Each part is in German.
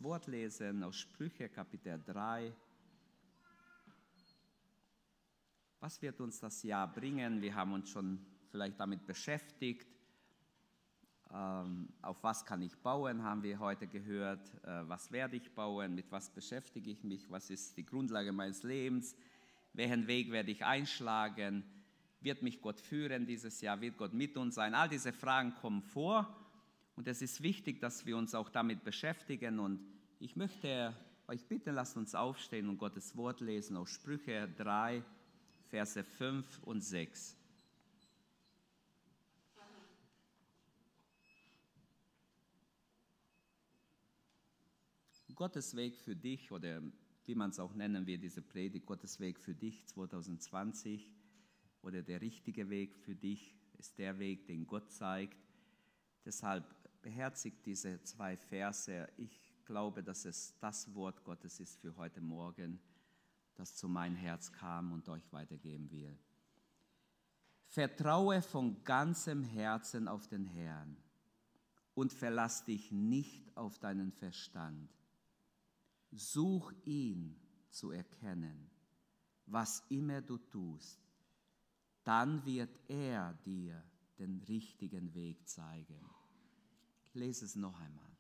Gottes Wort lesen aus Sprüche Kapitel 3. Was wird uns das Jahr bringen? Wir haben uns schon vielleicht damit beschäftigt. Auf was kann ich bauen, haben wir heute gehört. Was werde ich bauen? Mit was beschäftige ich mich? Was ist die Grundlage meines Lebens? Welchen Weg werde ich einschlagen? Wird mich Gott führen dieses Jahr? Wird Gott mit uns sein? All diese Fragen kommen vor. Und es ist wichtig, dass wir uns auch damit beschäftigen. Und ich möchte euch bitten, lasst uns aufstehen und Gottes Wort lesen aus Sprüche 3, Verse 5 und 6. Gottes Weg für dich, oder wie man es auch nennen will, diese Predigt, Gottes Weg für dich 2020, oder der richtige Weg für dich ist der Weg, den Gott zeigt. Deshalb beherzigt diese 2 Verse. Ich glaube, dass es das Wort Gottes ist für heute Morgen, das zu meinem Herz kam und euch weitergeben will. Vertraue von ganzem Herzen auf den Herrn und verlass dich nicht auf deinen Verstand. Such ihn zu erkennen, was immer du tust, dann wird er dir den richtigen Weg zeigen. Ich lese es noch einmal.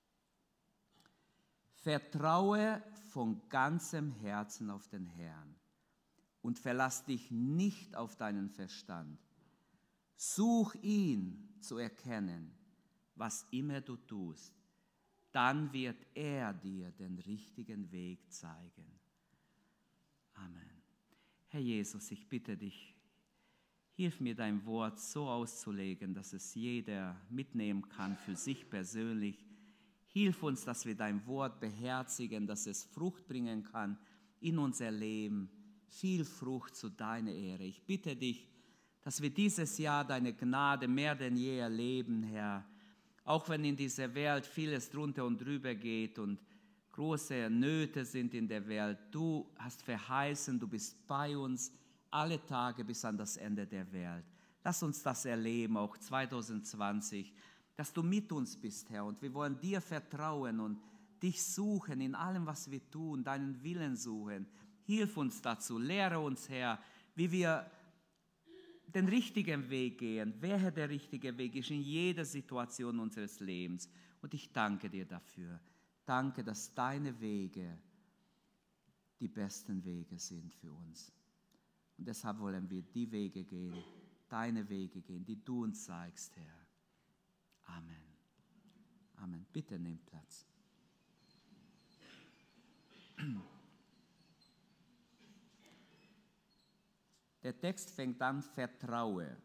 Vertraue von ganzem Herzen auf den Herrn und verlass dich nicht auf deinen Verstand. Such ihn zu erkennen, was immer du tust, dann wird er dir den richtigen Weg zeigen. Amen. Herr Jesus, ich bitte dich, hilf mir dein Wort so auszulegen, dass es jeder mitnehmen kann für sich persönlich. Hilf uns, dass wir dein Wort beherzigen, dass es Frucht bringen kann in unser Leben. Viel Frucht zu deiner Ehre. Ich bitte dich, dass wir dieses Jahr deine Gnade mehr denn je erleben, Herr. Auch wenn in dieser Welt vieles drunter und drüber geht und große Nöte sind in der Welt, du hast verheißen, du bist bei uns alle Tage bis an das Ende der Welt. Lass uns das erleben, auch 2020, dass du mit uns bist, Herr. Und wir wollen dir vertrauen und dich suchen in allem, was wir tun, deinen Willen suchen. Hilf uns dazu, lehre uns, Herr, wie wir den richtigen Weg gehen, welcher der richtige Weg ist in jeder Situation unseres Lebens. Und ich danke dir dafür. Danke, dass deine Wege die besten Wege sind für uns. Und deshalb wollen wir die Wege gehen, deine Wege gehen, die du uns zeigst, Herr. Amen. Amen. Bitte nehmt Platz. Der Text fängt an, vertraue.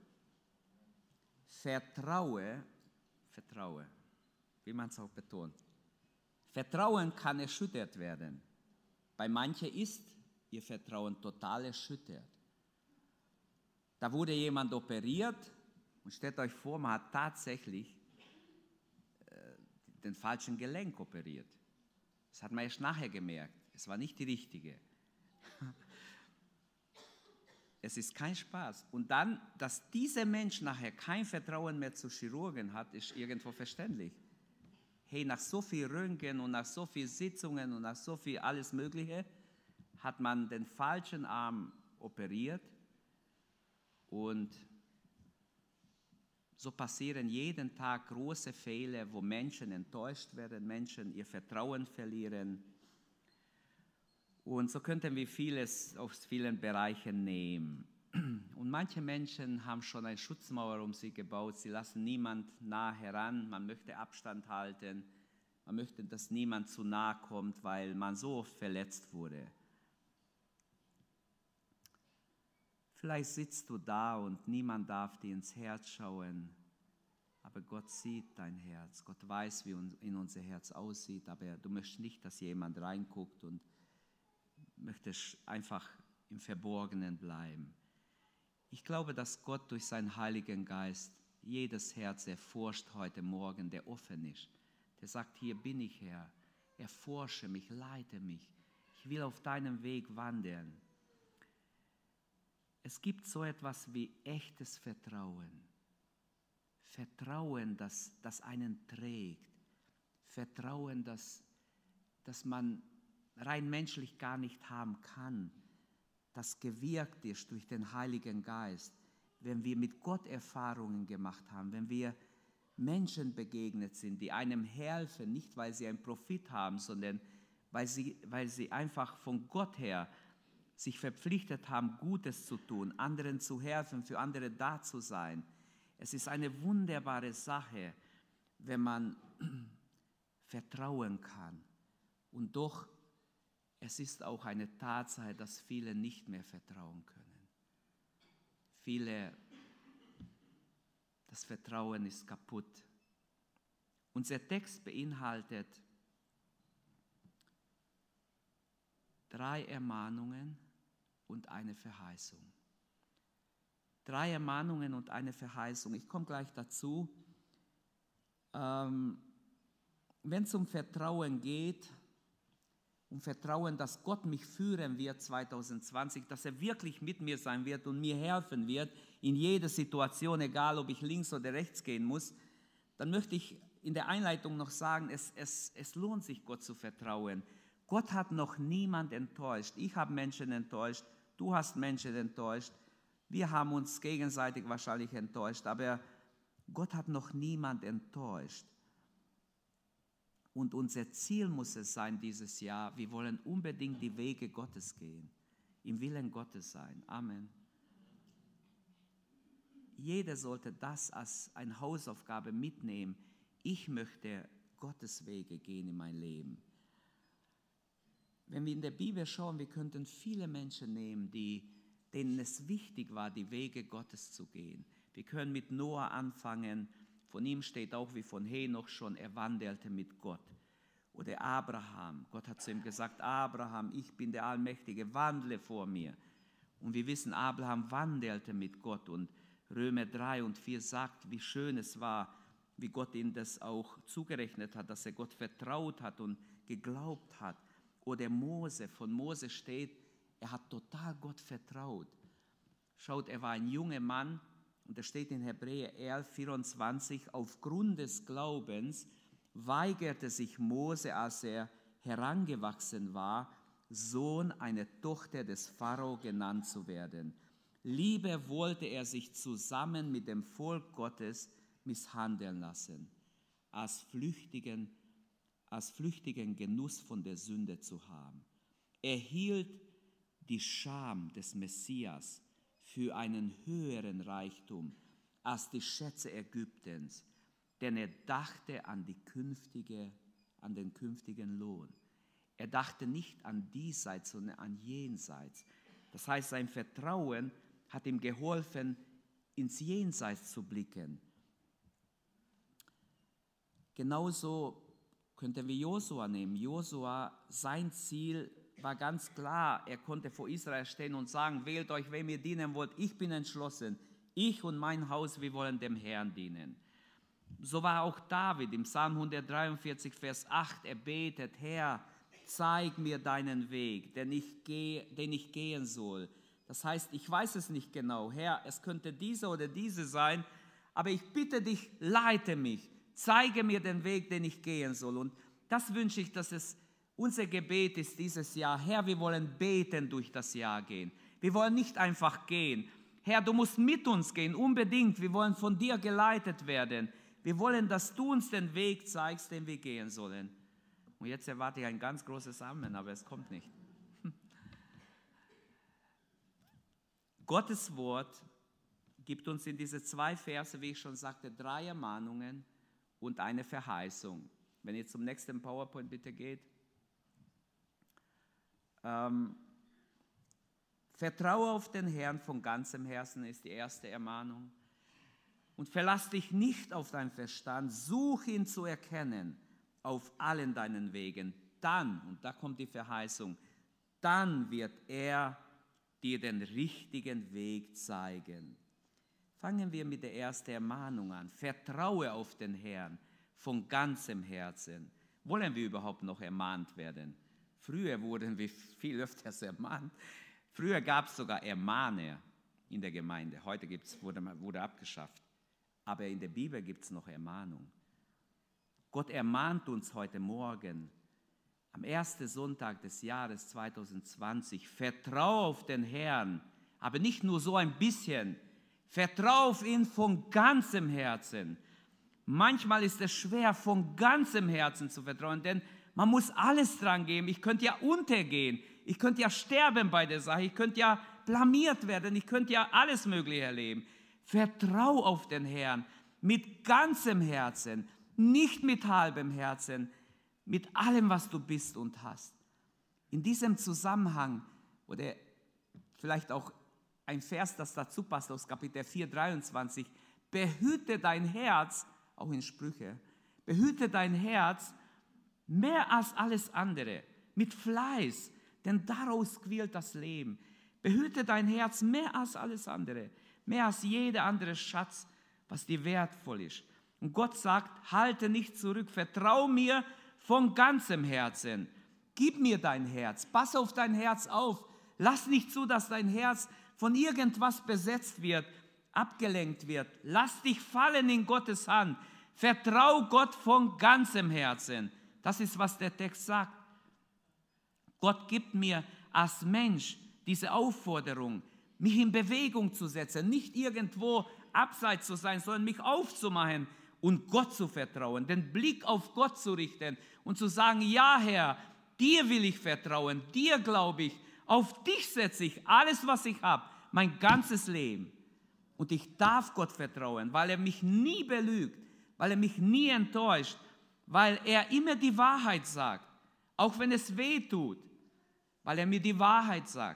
Vertraue, wie man es auch betont. Vertrauen kann erschüttert werden. Bei manchen ist ihr Vertrauen total erschüttert. Da wurde jemand operiert und stellt euch vor, man hat tatsächlich den falschen Gelenk operiert. Das hat man erst nachher gemerkt. Es war nicht die richtige. Es ist kein Spaß. Und dann, dass dieser Mensch nachher kein Vertrauen mehr zu Chirurgen hat, ist irgendwo verständlich. Hey, nach so viel Röntgen und nach so viel Sitzungen und nach so viel alles Mögliche, hat man den falschen Arm operiert. Und so passieren jeden Tag große Fehler, wo Menschen enttäuscht werden, Menschen ihr Vertrauen verlieren. Und so könnten wir vieles aus vielen Bereichen nehmen. Und manche Menschen haben schon eine Schutzmauer um sie gebaut. Sie lassen niemand nah heran. Man möchte Abstand halten. Man möchte, dass niemand zu nahe kommt, weil man so oft verletzt wurde. Vielleicht sitzt du da und niemand darf dir ins Herz schauen. Aber Gott sieht dein Herz. Gott weiß, wie in unser Herz aussieht. Aber du möchtest nicht, dass jemand reinguckt und möchtest einfach im Verborgenen bleiben. Ich glaube, dass Gott durch seinen Heiligen Geist jedes Herz erforscht heute Morgen, der offen ist. Der sagt, hier bin ich, Herr. Erforsche mich, leite mich. Ich will auf deinem Weg wandern. Es gibt so etwas wie echtes Vertrauen. Vertrauen, das einen trägt. Vertrauen, das das man rein menschlich gar nicht haben kann, das gewirkt ist durch den Heiligen Geist, wenn wir mit Gott Erfahrungen gemacht haben, wenn wir Menschen begegnet sind, die einem helfen, nicht weil sie einen Profit haben, sondern weil sie einfach von Gott her sich verpflichtet haben, Gutes zu tun, anderen zu helfen, für andere da zu sein. Es ist eine wunderbare Sache, wenn man vertrauen kann. Und doch, es ist auch eine Tatsache, dass viele nicht mehr vertrauen können. Das Vertrauen ist kaputt. Unser Text beinhaltet 3 Ermahnungen und eine Verheißung. 3 Ermahnungen und eine Verheißung. Ich komme gleich dazu. Wenn es um Vertrauen geht, um Vertrauen, dass Gott mich führen wird 2020, dass er wirklich mit mir sein wird und mir helfen wird in jeder Situation, egal ob ich links oder rechts gehen muss, dann möchte ich in der Einleitung noch sagen, es lohnt sich, Gott zu vertrauen. Gott hat noch niemand enttäuscht. Ich habe Menschen enttäuscht, du hast Menschen enttäuscht, wir haben uns gegenseitig wahrscheinlich enttäuscht, aber Gott hat noch niemand enttäuscht. Und unser Ziel muss es sein dieses Jahr, wir wollen unbedingt die Wege Gottes gehen, im Willen Gottes sein. Amen. Jeder sollte das als eine Hausaufgabe mitnehmen. Ich möchte Gottes Wege gehen in mein Leben. Wenn wir in der Bibel schauen, wir könnten viele Menschen nehmen, denen es wichtig war, die Wege Gottes zu gehen. Wir können mit Noah anfangen. Von ihm steht auch wie von Henoch schon, er wandelte mit Gott. Oder Abraham. Gott hat zu ihm gesagt, Abraham, ich bin der Allmächtige, wandle vor mir. Und wir wissen, Abraham wandelte mit Gott. Und Römer 3 und 4 sagt, wie schön es war, wie Gott ihm das auch zugerechnet hat, dass er Gott vertraut hat und geglaubt hat. Oder Mose, von Mose steht, er hat total Gott vertraut. Schaut, er war ein junger Mann, und da steht in Hebräer 11, 24, aufgrund des Glaubens weigerte sich Mose, als er herangewachsen war, Sohn einer Tochter des Pharao genannt zu werden. Lieber wollte er sich zusammen mit dem Volk Gottes misshandeln lassen, als flüchtigen Genuss von der Sünde zu haben. Er hielt die Scham des Messias für einen höheren Reichtum als die Schätze Ägyptens, denn er dachte an den künftigen Lohn. Er dachte nicht an diesseits, sondern an jenseits. Das heißt, sein Vertrauen hat ihm geholfen, ins Jenseits zu blicken. Genauso könnten wir Josua nehmen. Josua, sein Ziel war ganz klar. Er konnte vor Israel stehen und sagen, wählt euch, wem ihr dienen wollt. Ich bin entschlossen. Ich und mein Haus, wir wollen dem Herrn dienen. So war auch David im Psalm 143, Vers 8. Er betet, Herr, zeig mir deinen Weg, den ich gehen soll. Das heißt, ich weiß es nicht genau. Herr, es könnte diese oder diese sein, aber ich bitte dich, leite mich. Zeige mir den Weg, den ich gehen soll. Und das wünsche ich, dass es unser Gebet ist dieses Jahr. Herr, wir wollen beten durch das Jahr gehen. Wir wollen nicht einfach gehen. Herr, du musst mit uns gehen, unbedingt. Wir wollen von dir geleitet werden. Wir wollen, dass du uns den Weg zeigst, den wir gehen sollen. Und jetzt erwarte ich ein ganz großes Amen, aber es kommt nicht. Gottes Wort gibt uns in diese 2 Verse, wie ich schon sagte, 3 Ermahnungen und eine Verheißung. Wenn ihr zum nächsten PowerPoint bitte geht. Vertraue auf den Herrn von ganzem Herzen ist die erste Ermahnung. Und verlass dich nicht auf deinen Verstand, such ihn zu erkennen auf allen deinen Wegen. Dann, und da kommt die Verheißung, dann wird er dir den richtigen Weg zeigen. Fangen wir mit der ersten Ermahnung an. Vertraue auf den Herrn von ganzem Herzen. Wollen wir überhaupt noch ermahnt werden? Früher wurden wir viel öfters ermahnt. Früher gab es sogar Ermahner in der Gemeinde. Heute wurde abgeschafft. Aber in der Bibel gibt es noch Ermahnung. Gott ermahnt uns heute Morgen, am ersten Sonntag des Jahres 2020, vertrau auf den Herrn, aber nicht nur so ein bisschen, vertrau auf ihn von ganzem Herzen. Manchmal ist es schwer, von ganzem Herzen zu vertrauen, denn man muss alles dran geben. Ich könnte ja untergehen, ich könnte ja sterben bei der Sache, ich könnte ja blamiert werden, ich könnte ja alles Mögliche erleben. Vertrau auf den Herrn mit ganzem Herzen, nicht mit halbem Herzen, mit allem, was du bist und hast. In diesem Zusammenhang, oder vielleicht auch ein Vers, das dazu passt, aus Kapitel 4, 23, behüte dein Herz, auch in Sprüche, behüte dein Herz mehr als alles andere, mit Fleiß, denn daraus quillt das Leben. Behüte dein Herz mehr als alles andere, mehr als jeder andere Schatz, was dir wertvoll ist. Und Gott sagt, halte nicht zurück, vertrau mir von ganzem Herzen. Gib mir dein Herz, pass auf dein Herz auf. Lass nicht zu, dass dein Herz von irgendwas besetzt wird, abgelenkt wird. Lass dich fallen in Gottes Hand. Vertrau Gott von ganzem Herzen. Das ist, was der Text sagt. Gott gibt mir als Mensch diese Aufforderung, mich in Bewegung zu setzen, nicht irgendwo abseits zu sein, sondern mich aufzumachen und Gott zu vertrauen, den Blick auf Gott zu richten und zu sagen, ja Herr, dir will ich vertrauen, dir glaube ich, auf dich setze ich alles, was ich habe, mein ganzes Leben. Und ich darf Gott vertrauen, weil er mich nie belügt, weil er mich nie enttäuscht, weil er immer die Wahrheit sagt, auch wenn es weh tut, weil er mir die Wahrheit sagt.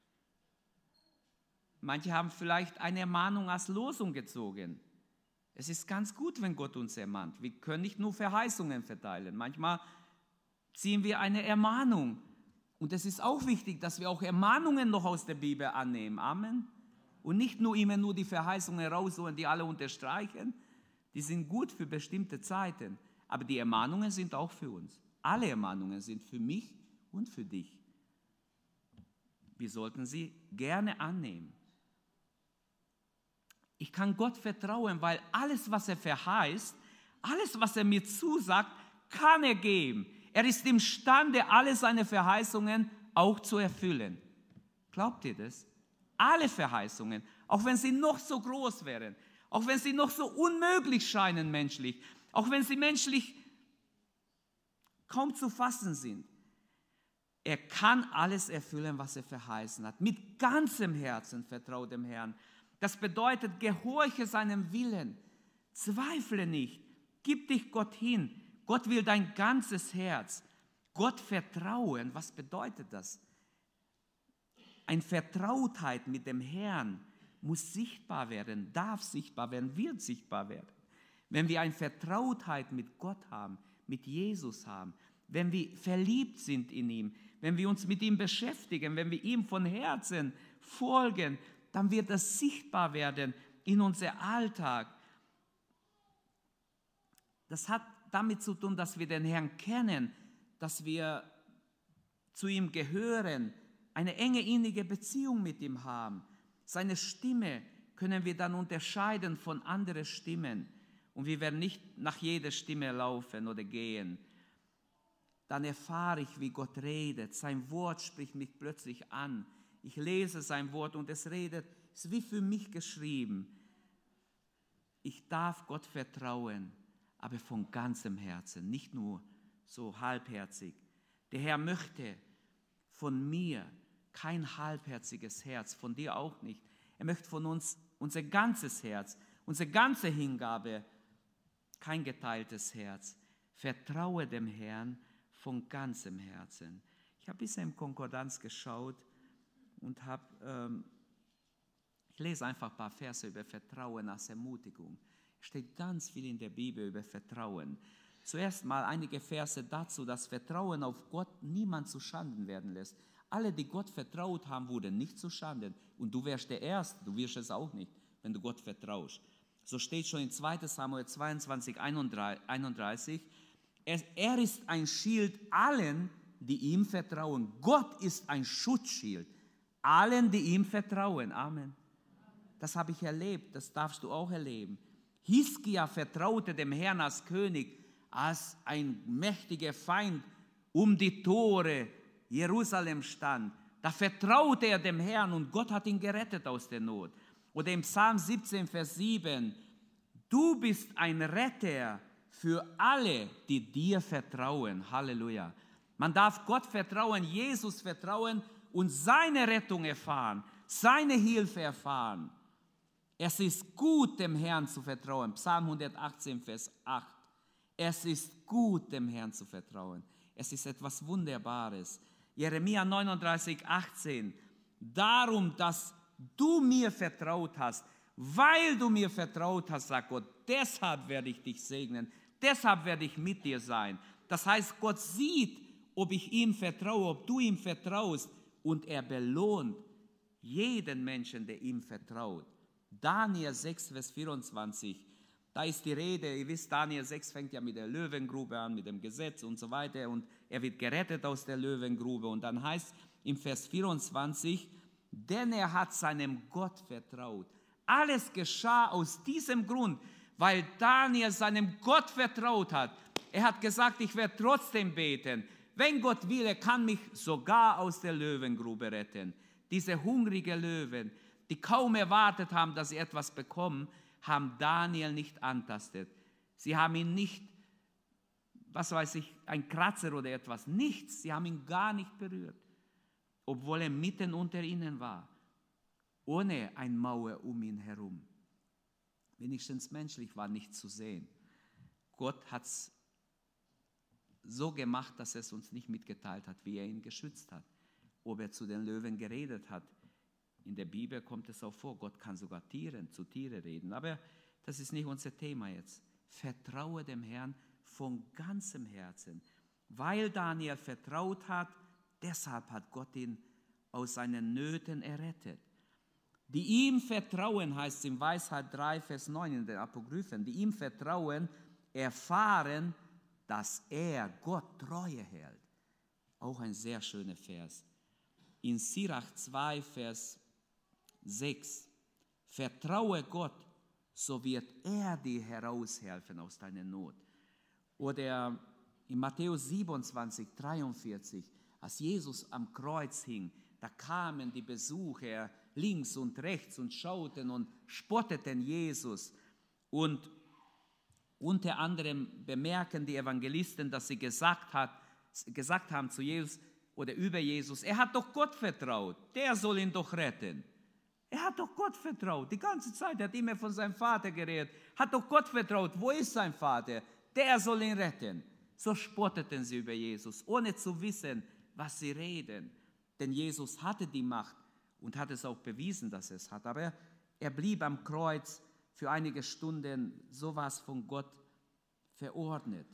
Manche haben vielleicht eine Ermahnung als Losung gezogen. Es ist ganz gut, wenn Gott uns ermahnt. Wir können nicht nur Verheißungen verteilen. Manchmal ziehen wir eine Ermahnung. Und es ist auch wichtig, dass wir auch Ermahnungen noch aus der Bibel annehmen. Amen. Und nicht nur immer nur die Verheißungen rausholen, die alle unterstreichen. Die sind gut für bestimmte Zeiten. Aber die Ermahnungen sind auch für uns. Alle Ermahnungen sind für mich und für dich. Wir sollten sie gerne annehmen. Ich kann Gott vertrauen, weil alles, was er verheißt, alles, was er mir zusagt, kann er geben. Er ist imstande, alle seine Verheißungen auch zu erfüllen. Glaubt ihr das? Alle Verheißungen, auch wenn sie noch so groß wären, auch wenn sie noch so unmöglich scheinen menschlich, auch wenn sie menschlich kaum zu fassen sind. Er kann alles erfüllen, was er verheißen hat. Mit ganzem Herzen vertraue dem Herrn. Das bedeutet, gehorche seinem Willen. Zweifle nicht. Gib dich Gott hin. Gott will dein ganzes Herz. Gott vertrauen, was bedeutet das? Eine Vertrautheit mit dem Herrn muss sichtbar werden, darf sichtbar werden, wird sichtbar werden. Wenn wir eine Vertrautheit mit Gott haben, mit Jesus haben, wenn wir verliebt sind in ihm, wenn wir uns mit ihm beschäftigen, wenn wir ihm von Herzen folgen, dann wird das sichtbar werden in unser Alltag. Das hat damit zu tun, dass wir den Herrn kennen, dass wir zu ihm gehören, eine enge, innige Beziehung mit ihm haben. Seine Stimme können wir dann unterscheiden von anderen Stimmen. Und wir werden nicht nach jeder Stimme laufen oder gehen. Dann erfahre ich, wie Gott redet. Sein Wort spricht mich plötzlich an. Ich lese sein Wort und es redet, ist wie für mich geschrieben. Ich darf Gott vertrauen, aber von ganzem Herzen, nicht nur so halbherzig. Der Herr möchte von mir kein halbherziges Herz, von dir auch nicht. Er möchte von uns unser ganzes Herz, unsere ganze Hingabe, kein geteiltes Herz. Vertraue dem Herrn von ganzem Herzen. Ich habe bisher im Konkordanz geschaut und ich lese einfach ein paar Verse über Vertrauen als Ermutigung. Es steht ganz viel in der Bibel über Vertrauen. Zuerst mal einige Verse dazu, dass Vertrauen auf Gott niemand zu Schanden werden lässt. Alle, die Gott vertraut haben, wurden nicht zu Schanden. Und du wärst der Erste, du wirst es auch nicht, wenn du Gott vertraust. So steht schon in 2 Samuel 22, 31, er ist ein Schild allen, die ihm vertrauen. Gott ist ein Schutzschild allen, die ihm vertrauen. Amen. Das habe ich erlebt, das darfst du auch erleben. Hiskia vertraute dem Herrn als König, als ein mächtiger Feind um die Tore Jerusalem stand, da vertraute er dem Herrn und Gott hat ihn gerettet aus der Not. Oder im Psalm 17, Vers 7, du bist ein Retter für alle, die dir vertrauen. Halleluja. Man darf Gott vertrauen, Jesus vertrauen und seine Rettung erfahren, seine Hilfe erfahren. Es ist gut, dem Herrn zu vertrauen. Psalm 118, Vers 8. Es ist gut, dem Herrn zu vertrauen. Es ist etwas Wunderbares. Jeremia 39, 18. Darum, dass du mir vertraut hast, weil du mir vertraut hast, sagt Gott, deshalb werde ich dich segnen, deshalb werde ich mit dir sein. Das heißt, Gott sieht, ob ich ihm vertraue, ob du ihm vertraust, und er belohnt jeden Menschen, der ihm vertraut. Daniel 6, Vers 24, da ist die Rede, ihr wisst, Daniel 6 fängt ja mit der Löwengrube an, mit dem Gesetz und so weiter, und er wird gerettet aus der Löwengrube. Und dann heißt im Vers 24, denn er hat seinem Gott vertraut. Alles geschah aus diesem Grund, weil Daniel seinem Gott vertraut hat. Er hat gesagt, ich werde trotzdem beten. Wenn Gott will, er kann mich sogar aus der Löwengrube retten. Diese hungrigen Löwen, die kaum erwartet haben, dass sie etwas bekommen, haben Daniel nicht antastet. Sie haben ihn nicht, was weiß ich, ein Kratzer oder etwas, nichts. Sie haben ihn gar nicht berührt, obwohl er mitten unter ihnen war, ohne eine Mauer um ihn herum. Wenigstens menschlich war nicht zu sehen. Gott hat es so gemacht, dass er es uns nicht mitgeteilt hat, wie er ihn geschützt hat. Ob er zu den Löwen geredet hat. In der Bibel kommt es auch vor, Gott kann sogar zu Tieren reden. Aber das ist nicht unser Thema jetzt. Vertraue dem Herrn von ganzem Herzen. Weil Daniel vertraut hat, deshalb hat Gott ihn aus seinen Nöten errettet. Die ihm vertrauen, heißt es in Weisheit 3, Vers 9 in den Apokryphen, die ihm vertrauen, erfahren, dass er Gott Treue hält. Auch ein sehr schöner Vers. In Sirach 2, Vers 6. Vertraue Gott, so wird er dir heraushelfen aus deiner Not. Oder in Matthäus 27, 43, als Jesus am Kreuz hing, da kamen die Besucher links und rechts und schauten und spotteten Jesus. Und unter anderem bemerken die Evangelisten, dass sie gesagt haben zu Jesus oder über Jesus, er hat doch Gott vertraut, der soll ihn doch retten. Er hat doch Gott vertraut, die ganze Zeit, er hat immer von seinem Vater geredet, hat doch Gott vertraut, wo ist sein Vater? Der soll ihn retten. So spotteten sie über Jesus, ohne zu wissen, was sie reden. Denn Jesus hatte die Macht und hat es auch bewiesen, dass er es hat. Aber er blieb am Kreuz für einige Stunden, so was von Gott verordnet.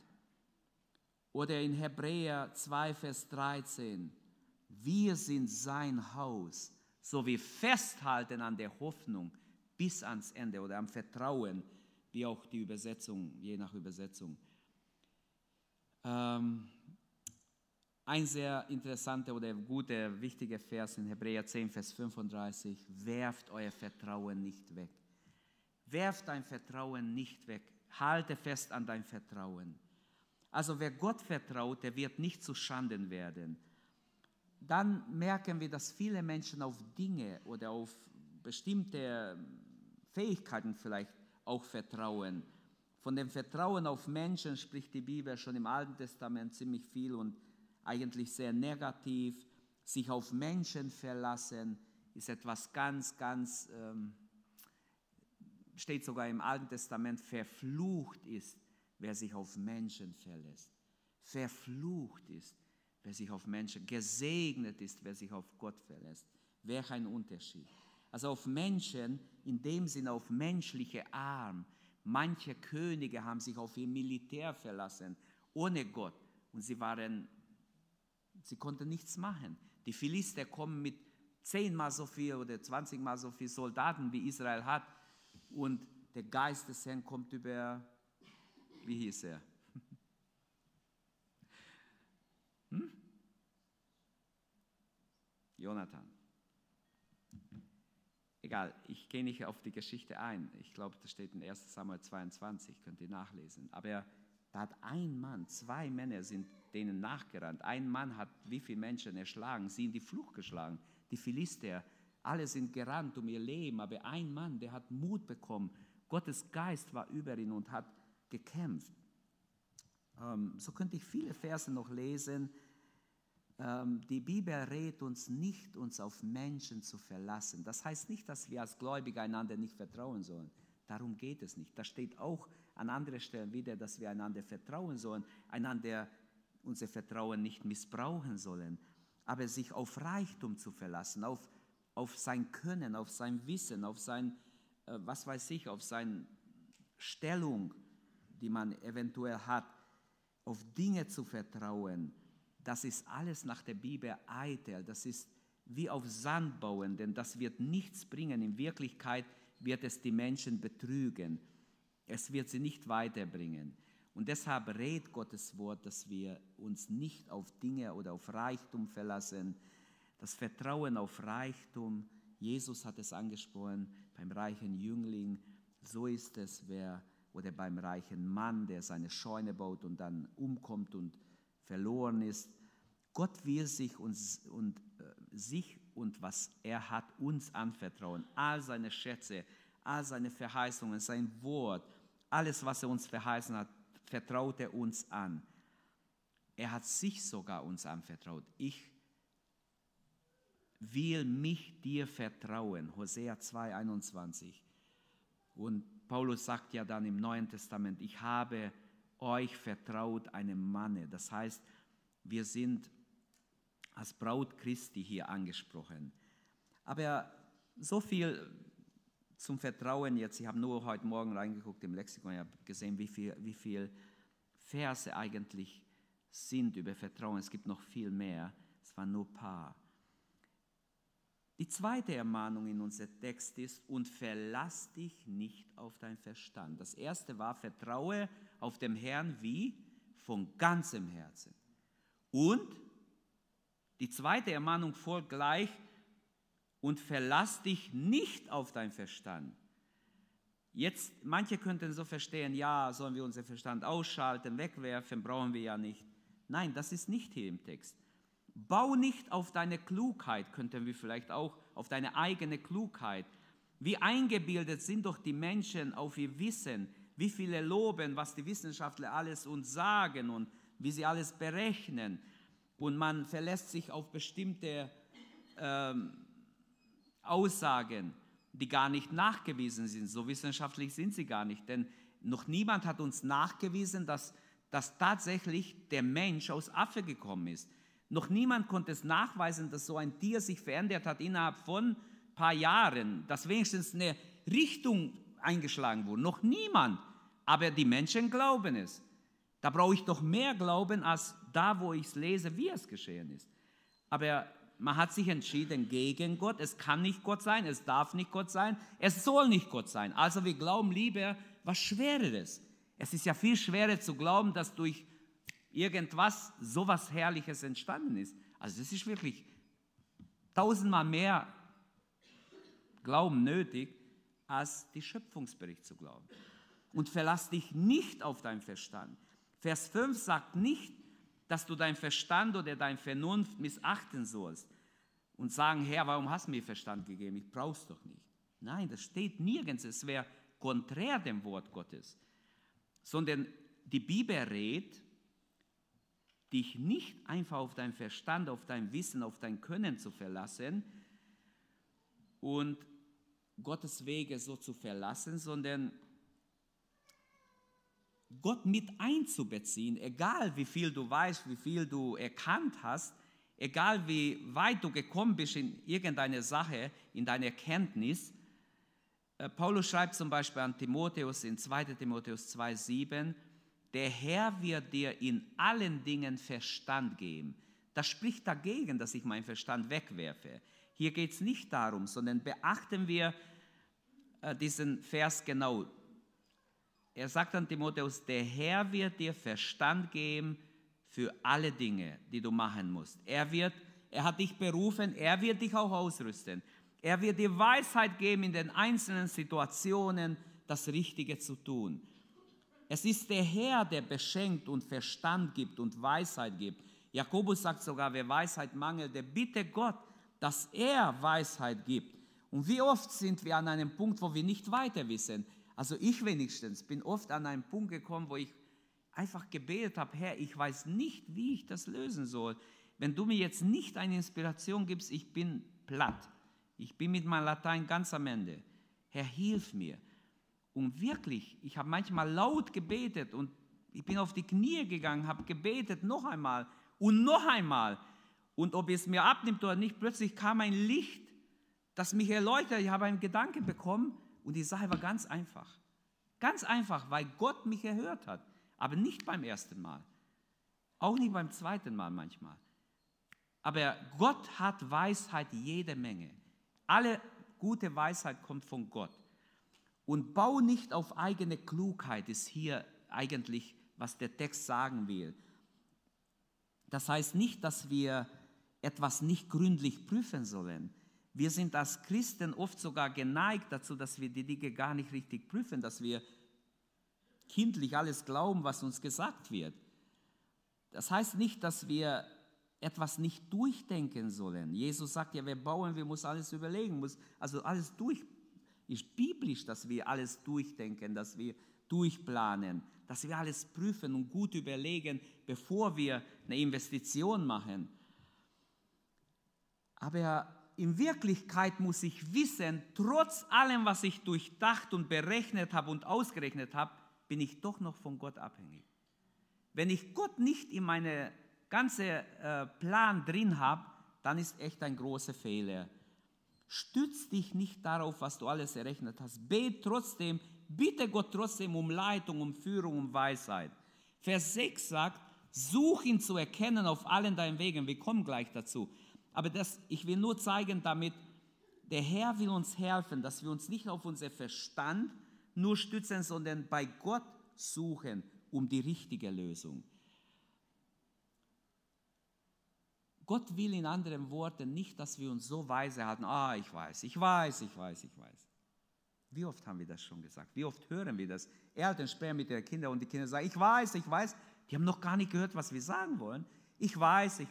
Oder in Hebräer 2, Vers 13, wir sind sein Haus, so wir festhalten an der Hoffnung bis ans Ende oder am Vertrauen, wie auch die Übersetzung, je nach Übersetzung. Ein sehr interessanter oder guter, wichtiger Vers in Hebräer 10, Vers 35, werft euer Vertrauen nicht weg. Werft dein Vertrauen nicht weg. Halte fest an dein Vertrauen. Also wer Gott vertraut, der wird nicht zu Schanden werden. Dann merken wir, dass viele Menschen auf Dinge oder auf bestimmte Fähigkeiten vielleicht auch vertrauen. Von dem Vertrauen auf Menschen spricht die Bibel schon im Alten Testament ziemlich viel und eigentlich sehr negativ. Sich auf Menschen verlassen ist etwas ganz, steht sogar im Alten Testament, verflucht ist, wer sich auf Menschen verlässt. Verflucht ist, wer sich auf Menschen, gesegnet ist, wer sich auf Gott verlässt. Welch ein Unterschied. Also auf Menschen, in dem Sinne auf menschliche Arm. Manche Könige haben sich auf ihr Militär verlassen, ohne Gott. Und sie konnten nichts machen. Die Philister kommen mit 10-mal so viel oder 20-mal so viel Soldaten, wie Israel hat. Und der Geist des Herrn kommt über, wie hieß er? Jonathan. Egal, ich gehe nicht auf die Geschichte ein. Ich glaube, das steht in 1. Samuel 22, könnt ihr nachlesen. Aber Da hat ein Mann, 2 Männer sind denen nachgerannt. Ein Mann hat wie viele Menschen erschlagen, sie in die Flucht geschlagen. Die Philister, alle sind gerannt um ihr Leben, aber ein Mann, der hat Mut bekommen. Gottes Geist war über ihn und hat gekämpft. So könnte ich viele Verse noch lesen. Die Bibel rät uns nicht, uns auf Menschen zu verlassen. Das heißt nicht, dass wir als Gläubige einander nicht vertrauen sollen. Darum geht es nicht. Da steht auch an anderen Stellen wieder, dass wir einander vertrauen sollen, einander unser Vertrauen nicht missbrauchen sollen. Aber sich auf Reichtum zu verlassen, auf sein Können, auf sein Wissen, auf sein, was weiß ich, auf seine Stellung, die man eventuell hat, auf Dinge zu vertrauen, das ist alles nach der Bibel eitel. Das ist wie auf Sand bauen, denn das wird nichts bringen. In Wirklichkeit wird es die Menschen betrügen. Es wird sie nicht weiterbringen. Und deshalb rät Gottes Wort, dass wir uns nicht auf Dinge oder auf Reichtum verlassen. Das Vertrauen auf Reichtum, Jesus hat es angesprochen, beim reichen Jüngling, so ist es, oder beim reichen Mann, der seine Scheune baut und dann umkommt und verloren ist. Gott will sich und was er hat, uns anvertrauen. All seine Schätze, all seine Verheißungen, sein Wort, alles, was er uns verheißen hat, vertraut er uns an. Er hat sich sogar uns anvertraut. Ich will mich dir vertrauen. Hosea 2,21. Und Paulus sagt ja dann im Neuen Testament, ich habe euch vertraut einem Manne. Das heißt, wir sind als Braut Christi hier angesprochen. Aber so viel zum Vertrauen jetzt. Ich habe nur heute Morgen reingeguckt im Lexikon, ich habe gesehen, wie viel Verse eigentlich sind über Vertrauen. Es gibt noch viel mehr. Es waren nur ein paar. Die zweite Ermahnung in unserem Text ist, und verlass dich nicht auf deinen Verstand. Das erste war, vertraue auf den Herrn wie? Von ganzem Herzen. Und die zweite Ermahnung folgt gleich, und verlass dich nicht auf deinen Verstand. Jetzt, manche könnten so verstehen, ja, sollen wir unseren Verstand ausschalten, wegwerfen, brauchen wir ja nicht. Nein, das ist nicht hier im Text. Bau nicht auf deine Klugheit, könnten wir vielleicht auch, auf deine eigene Klugheit. Wie eingebildet sind doch die Menschen auf ihr Wissen, wie viele loben, was die Wissenschaftler alles uns sagen und wie sie alles berechnen. Und man verlässt sich auf bestimmte Aussagen, die gar nicht nachgewiesen sind. So wissenschaftlich sind sie gar nicht, denn noch niemand hat uns nachgewiesen, dass tatsächlich der Mensch aus Affe gekommen ist. Noch niemand konnte es nachweisen, dass so ein Tier sich verändert hat innerhalb von ein paar Jahren, dass wenigstens eine Richtung eingeschlagen wurde. Noch niemand, aber die Menschen glauben es. Da brauche ich doch mehr Glauben, als da, wo ich es lese, wie es geschehen ist. Aber man hat sich entschieden gegen Gott. Es kann nicht Gott sein, es darf nicht Gott sein, es soll nicht Gott sein. Also wir glauben lieber was Schwereres. Es ist ja viel schwerer zu glauben, dass durch irgendwas sowas Herrliches entstanden ist. Also es ist wirklich 1000-mal mehr Glauben nötig, als die Schöpfungsbericht zu glauben. Und verlass dich nicht auf deinen Verstand. Vers 5 sagt nicht, dass du deinen Verstand oder deine Vernunft missachten sollst und sagen, Herr, warum hast du mir Verstand gegeben? Ich brauche es doch nicht. Nein, das steht nirgends. Es wäre konträr dem Wort Gottes. Sondern die Bibel rät, dich nicht einfach auf deinen Verstand, auf dein Wissen, auf dein Können zu verlassen und Gottes Wege so zu verlassen, sondern Gott mit einzubeziehen, egal wie viel du weißt, wie viel du erkannt hast, egal wie weit du gekommen bist in irgendeiner Sache, in deiner Erkenntnis. Paulus schreibt zum Beispiel an Timotheus in 2. Timotheus 2,7, der Herr wird dir in allen Dingen Verstand geben. Das spricht dagegen, dass ich meinen Verstand wegwerfe. Hier geht es nicht darum, sondern beachten wir diesen Vers genau. Er sagt an Timotheus, der Herr wird dir Verstand geben für alle Dinge, die du machen musst. Er hat dich berufen, er wird dich auch ausrüsten. Er wird dir Weisheit geben, in den einzelnen Situationen das Richtige zu tun. Es ist der Herr, der beschenkt und Verstand gibt und Weisheit gibt. Jakobus sagt sogar, wer Weisheit mangelt, der bitte Gott, dass er Weisheit gibt. Und wie oft sind wir an einem Punkt, wo wir nicht weiter wissen? Also ich wenigstens bin oft an einen Punkt gekommen, wo ich einfach gebetet habe, Herr, ich weiß nicht, wie ich das lösen soll. Wenn du mir jetzt nicht eine Inspiration gibst, ich bin platt. Ich bin mit meinem Latein ganz am Ende. Herr, hilf mir. Und wirklich, ich habe manchmal laut gebetet und ich bin auf die Knie gegangen, habe gebetet, noch einmal und noch einmal. Und ob es mir abnimmt oder nicht, plötzlich kam ein Licht, das mich erleuchtet. Ich habe einen Gedanke bekommen und die Sache war ganz einfach. Ganz einfach, weil Gott mich erhört hat. Aber nicht beim ersten Mal. Auch nicht beim zweiten Mal manchmal. Aber Gott hat Weisheit jede Menge. Alle gute Weisheit kommt von Gott. Und bau nicht auf eigene Klugheit, ist hier eigentlich, was der Text sagen will. Das heißt nicht, dass wir etwas nicht gründlich prüfen sollen. Wir sind als Christen oft sogar geneigt dazu, dass wir die Dinge gar nicht richtig prüfen, dass wir kindlich alles glauben, was uns gesagt wird. Das heißt nicht, dass wir etwas nicht durchdenken sollen. Jesus sagt ja, wer bauen will, muss alles überlegen, muss also alles durch. Ist biblisch, dass wir alles durchdenken, dass wir durchplanen, dass wir alles prüfen und gut überlegen, bevor wir eine Investition machen. Aber in Wirklichkeit muss ich wissen, trotz allem, was ich durchdacht und berechnet habe und ausgerechnet habe, bin ich doch noch von Gott abhängig. Wenn ich Gott nicht in meine ganze Plan drin habe, dann ist echt ein großer Fehler. Stütz dich nicht darauf, was du alles errechnet hast. Bet trotzdem, bitte Gott trotzdem um Leitung, um Führung, um Weisheit. Vers 6 sagt, such ihn zu erkennen auf allen deinen Wegen. Wir kommen gleich dazu. Aber ich will nur zeigen damit, der Herr will uns helfen, dass wir uns nicht auf unser Verstand nur stützen, sondern bei Gott suchen um die richtige Lösung. Gott will in anderen Worten nicht, dass wir uns so weise halten, ich weiß. Wie oft haben wir das schon gesagt? Wie oft hören wir das? Eltern sprechen mit ihren Kindern und die Kinder sagen, ich weiß. Die haben noch gar nicht gehört, was wir sagen wollen. Ich weiß.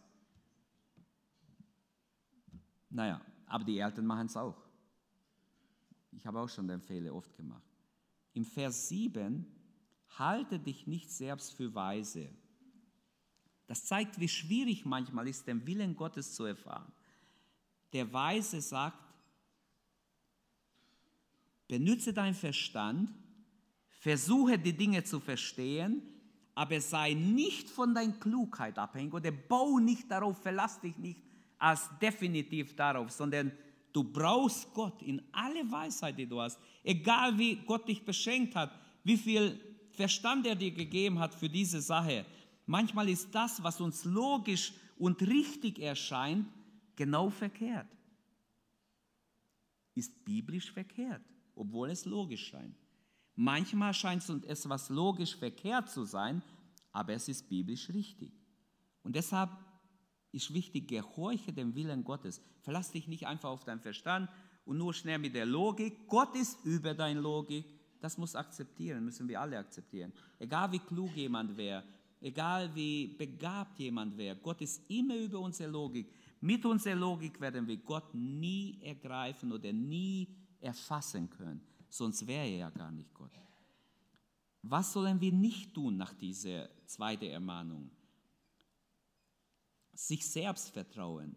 Naja, aber die Eltern machen es auch. Ich habe auch schon den Fehler oft gemacht. Im Vers 7, halte dich nicht selbst für weise. Das zeigt, wie schwierig manchmal ist, den Willen Gottes zu erfahren. Der Weise sagt, benütze deinen Verstand, versuche die Dinge zu verstehen, aber sei nicht von deiner Klugheit abhängig oder bau nicht darauf, verlass dich nicht als definitiv darauf, sondern du brauchst Gott in alle Weisheit, die du hast. Egal wie Gott dich beschenkt hat, wie viel Verstand er dir gegeben hat für diese Sache. Manchmal ist das, was uns logisch und richtig erscheint, genau verkehrt. Ist biblisch verkehrt, obwohl es logisch scheint. Manchmal scheint es etwas logisch verkehrt zu sein, aber es ist biblisch richtig. Und deshalb ist wichtig, gehorche dem Willen Gottes. Verlass dich nicht einfach auf deinen Verstand und nur schnell mit der Logik. Gott ist über deine Logik. Das müssen wir alle akzeptieren. Egal wie klug jemand wäre, egal wie begabt jemand wäre, Gott ist immer über unsere Logik. Mit unserer Logik werden wir Gott nie ergreifen oder nie erfassen können. Sonst wäre er ja gar nicht Gott. Was sollen wir nicht tun nach dieser zweiten Ermahnung? Sich selbst vertrauen.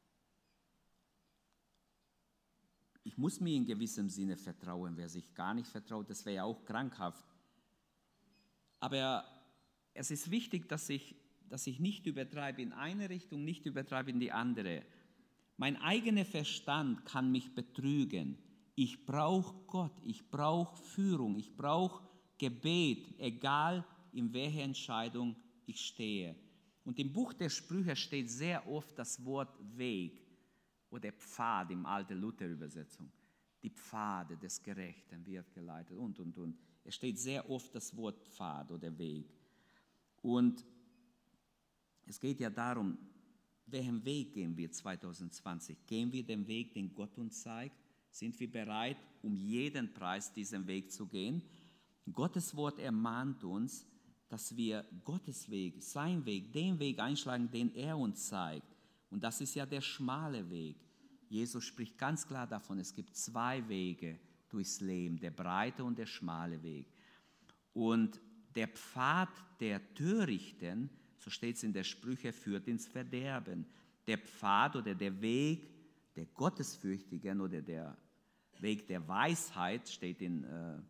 Ich muss mir in gewissem Sinne vertrauen. Wer sich gar nicht vertraut, das wäre ja auch krankhaft. Aber es ist wichtig, dass ich nicht übertreibe in eine Richtung, nicht übertreibe in die andere. Mein eigener Verstand kann mich betrügen. Ich brauche Gott, ich brauche Führung, ich brauche Gebet, egal in welcher Entscheidung ich stehe. Und im Buch der Sprüche steht sehr oft das Wort Weg oder Pfad im alten Luther-Übersetzung. Die Pfade des Gerechten wird geleitet und. Es steht sehr oft das Wort Pfad oder Weg. Und es geht ja darum, welchen Weg gehen wir 2020? Gehen wir den Weg, den Gott uns zeigt? Sind wir bereit, um jeden Preis diesen Weg zu gehen? Gottes Wort ermahnt uns, dass wir Gottes Weg, sein Weg, den Weg einschlagen, den er uns zeigt. Und das ist ja der schmale Weg. Jesus spricht ganz klar davon, es gibt zwei Wege durchs Leben, der breite und der schmale Weg. Und der Pfad der Törichten, so steht es in der Sprüche, führt ins Verderben. Der Pfad oder der Weg der Gottesfürchtigen oder der Weg der Weisheit, steht in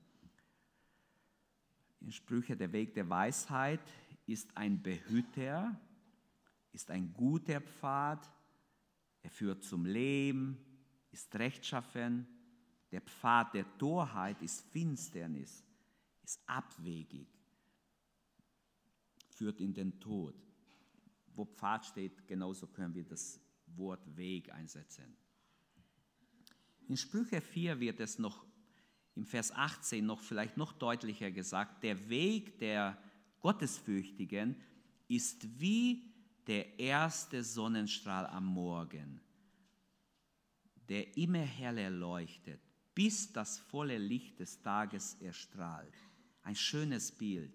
Sprüche, der Weg der Weisheit ist ein Behüter, ist ein guter Pfad, er führt zum Leben, ist rechtschaffen. Der Pfad der Torheit ist Finsternis, ist abwegig, führt in den Tod. Wo Pfad steht, genauso können wir das Wort Weg einsetzen. In Sprüche 4 wird es noch im Vers 18 vielleicht noch deutlicher gesagt, der Weg der Gottesfürchtigen ist wie der erste Sonnenstrahl am Morgen, der immer heller leuchtet, bis das volle Licht des Tages erstrahlt. Ein schönes Bild.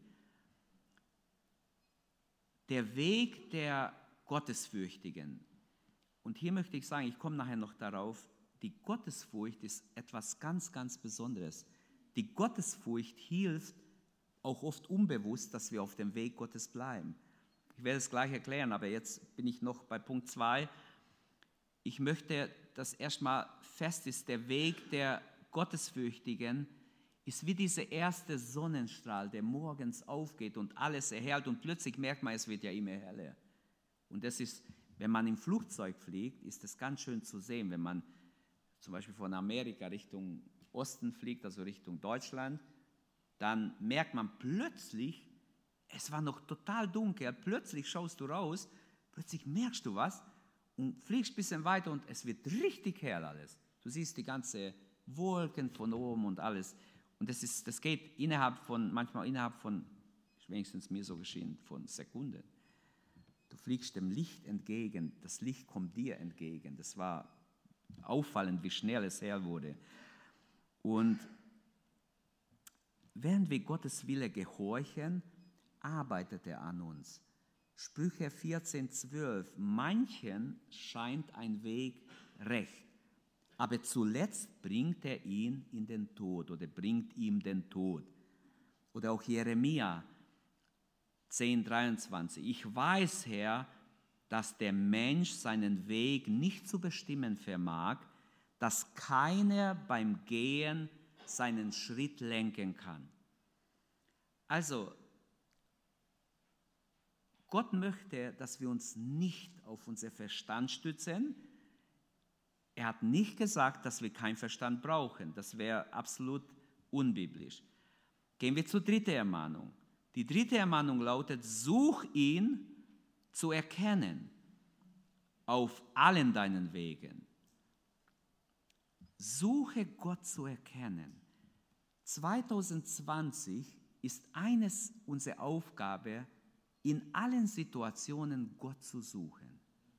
Der Weg der Gottesfürchtigen. Und hier möchte ich sagen, ich komme nachher noch darauf, die Gottesfurcht ist etwas ganz, ganz Besonderes. Die Gottesfurcht hilft auch oft unbewusst, dass wir auf dem Weg Gottes bleiben. Ich werde es gleich erklären, aber jetzt bin ich noch bei Punkt 2. Ich möchte, dass erstmal fest ist, der Weg der Gottesfürchtigen ist wie dieser erste Sonnenstrahl, der morgens aufgeht und alles erhellt und plötzlich merkt man, es wird ja immer heller. Und das ist, wenn man im Flugzeug fliegt, ist das ganz schön zu sehen, wenn man zum Beispiel von Amerika Richtung Osten fliegt, also Richtung Deutschland, dann merkt man plötzlich, es war noch total dunkel, plötzlich schaust du raus, plötzlich merkst du was und fliegst ein bisschen weiter und es wird richtig hell alles. Du siehst die ganzen Wolken von oben und alles. Und das geht manchmal innerhalb von, wenigstens mir so geschehen, von Sekunden. Du fliegst dem Licht entgegen, das Licht kommt dir entgegen. Das war auffallend, wie schnell es hell wurde. Und während wir Gottes Wille gehorchen, arbeitet er an uns. Sprüche 14,12: Manchen scheint ein Weg recht, aber zuletzt bringt er ihn in den Tod oder bringt ihm den Tod. Oder auch Jeremia 10,23: Ich weiß, Herr, dass der Mensch seinen Weg nicht zu bestimmen vermag, dass keiner beim Gehen seinen Schritt lenken kann. Also, Gott möchte, dass wir uns nicht auf unser Verstand stützen. Er hat nicht gesagt, dass wir keinen Verstand brauchen. Das wäre absolut unbiblisch. Gehen wir zur dritten Ermahnung. Die dritte Ermahnung lautet: Such ihn zu erkennen auf allen deinen Wegen. Suche Gott zu erkennen. 2020 ist eines unserer Aufgabe, in allen Situationen Gott zu suchen.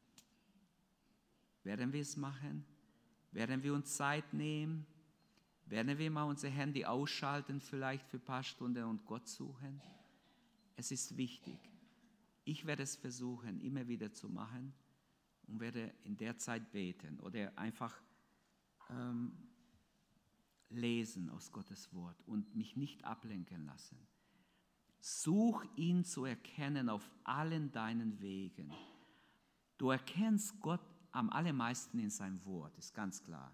Werden wir es machen? Werden wir uns Zeit nehmen? Werden wir mal unser Handy ausschalten, vielleicht für ein paar Stunden und Gott suchen? Es ist wichtig. Ich werde es versuchen, immer wieder zu machen und werde in der Zeit beten oder einfach lesen aus Gottes Wort und mich nicht ablenken lassen. Such ihn zu erkennen auf allen deinen Wegen. Du erkennst Gott am allermeisten in seinem Wort, ist ganz klar.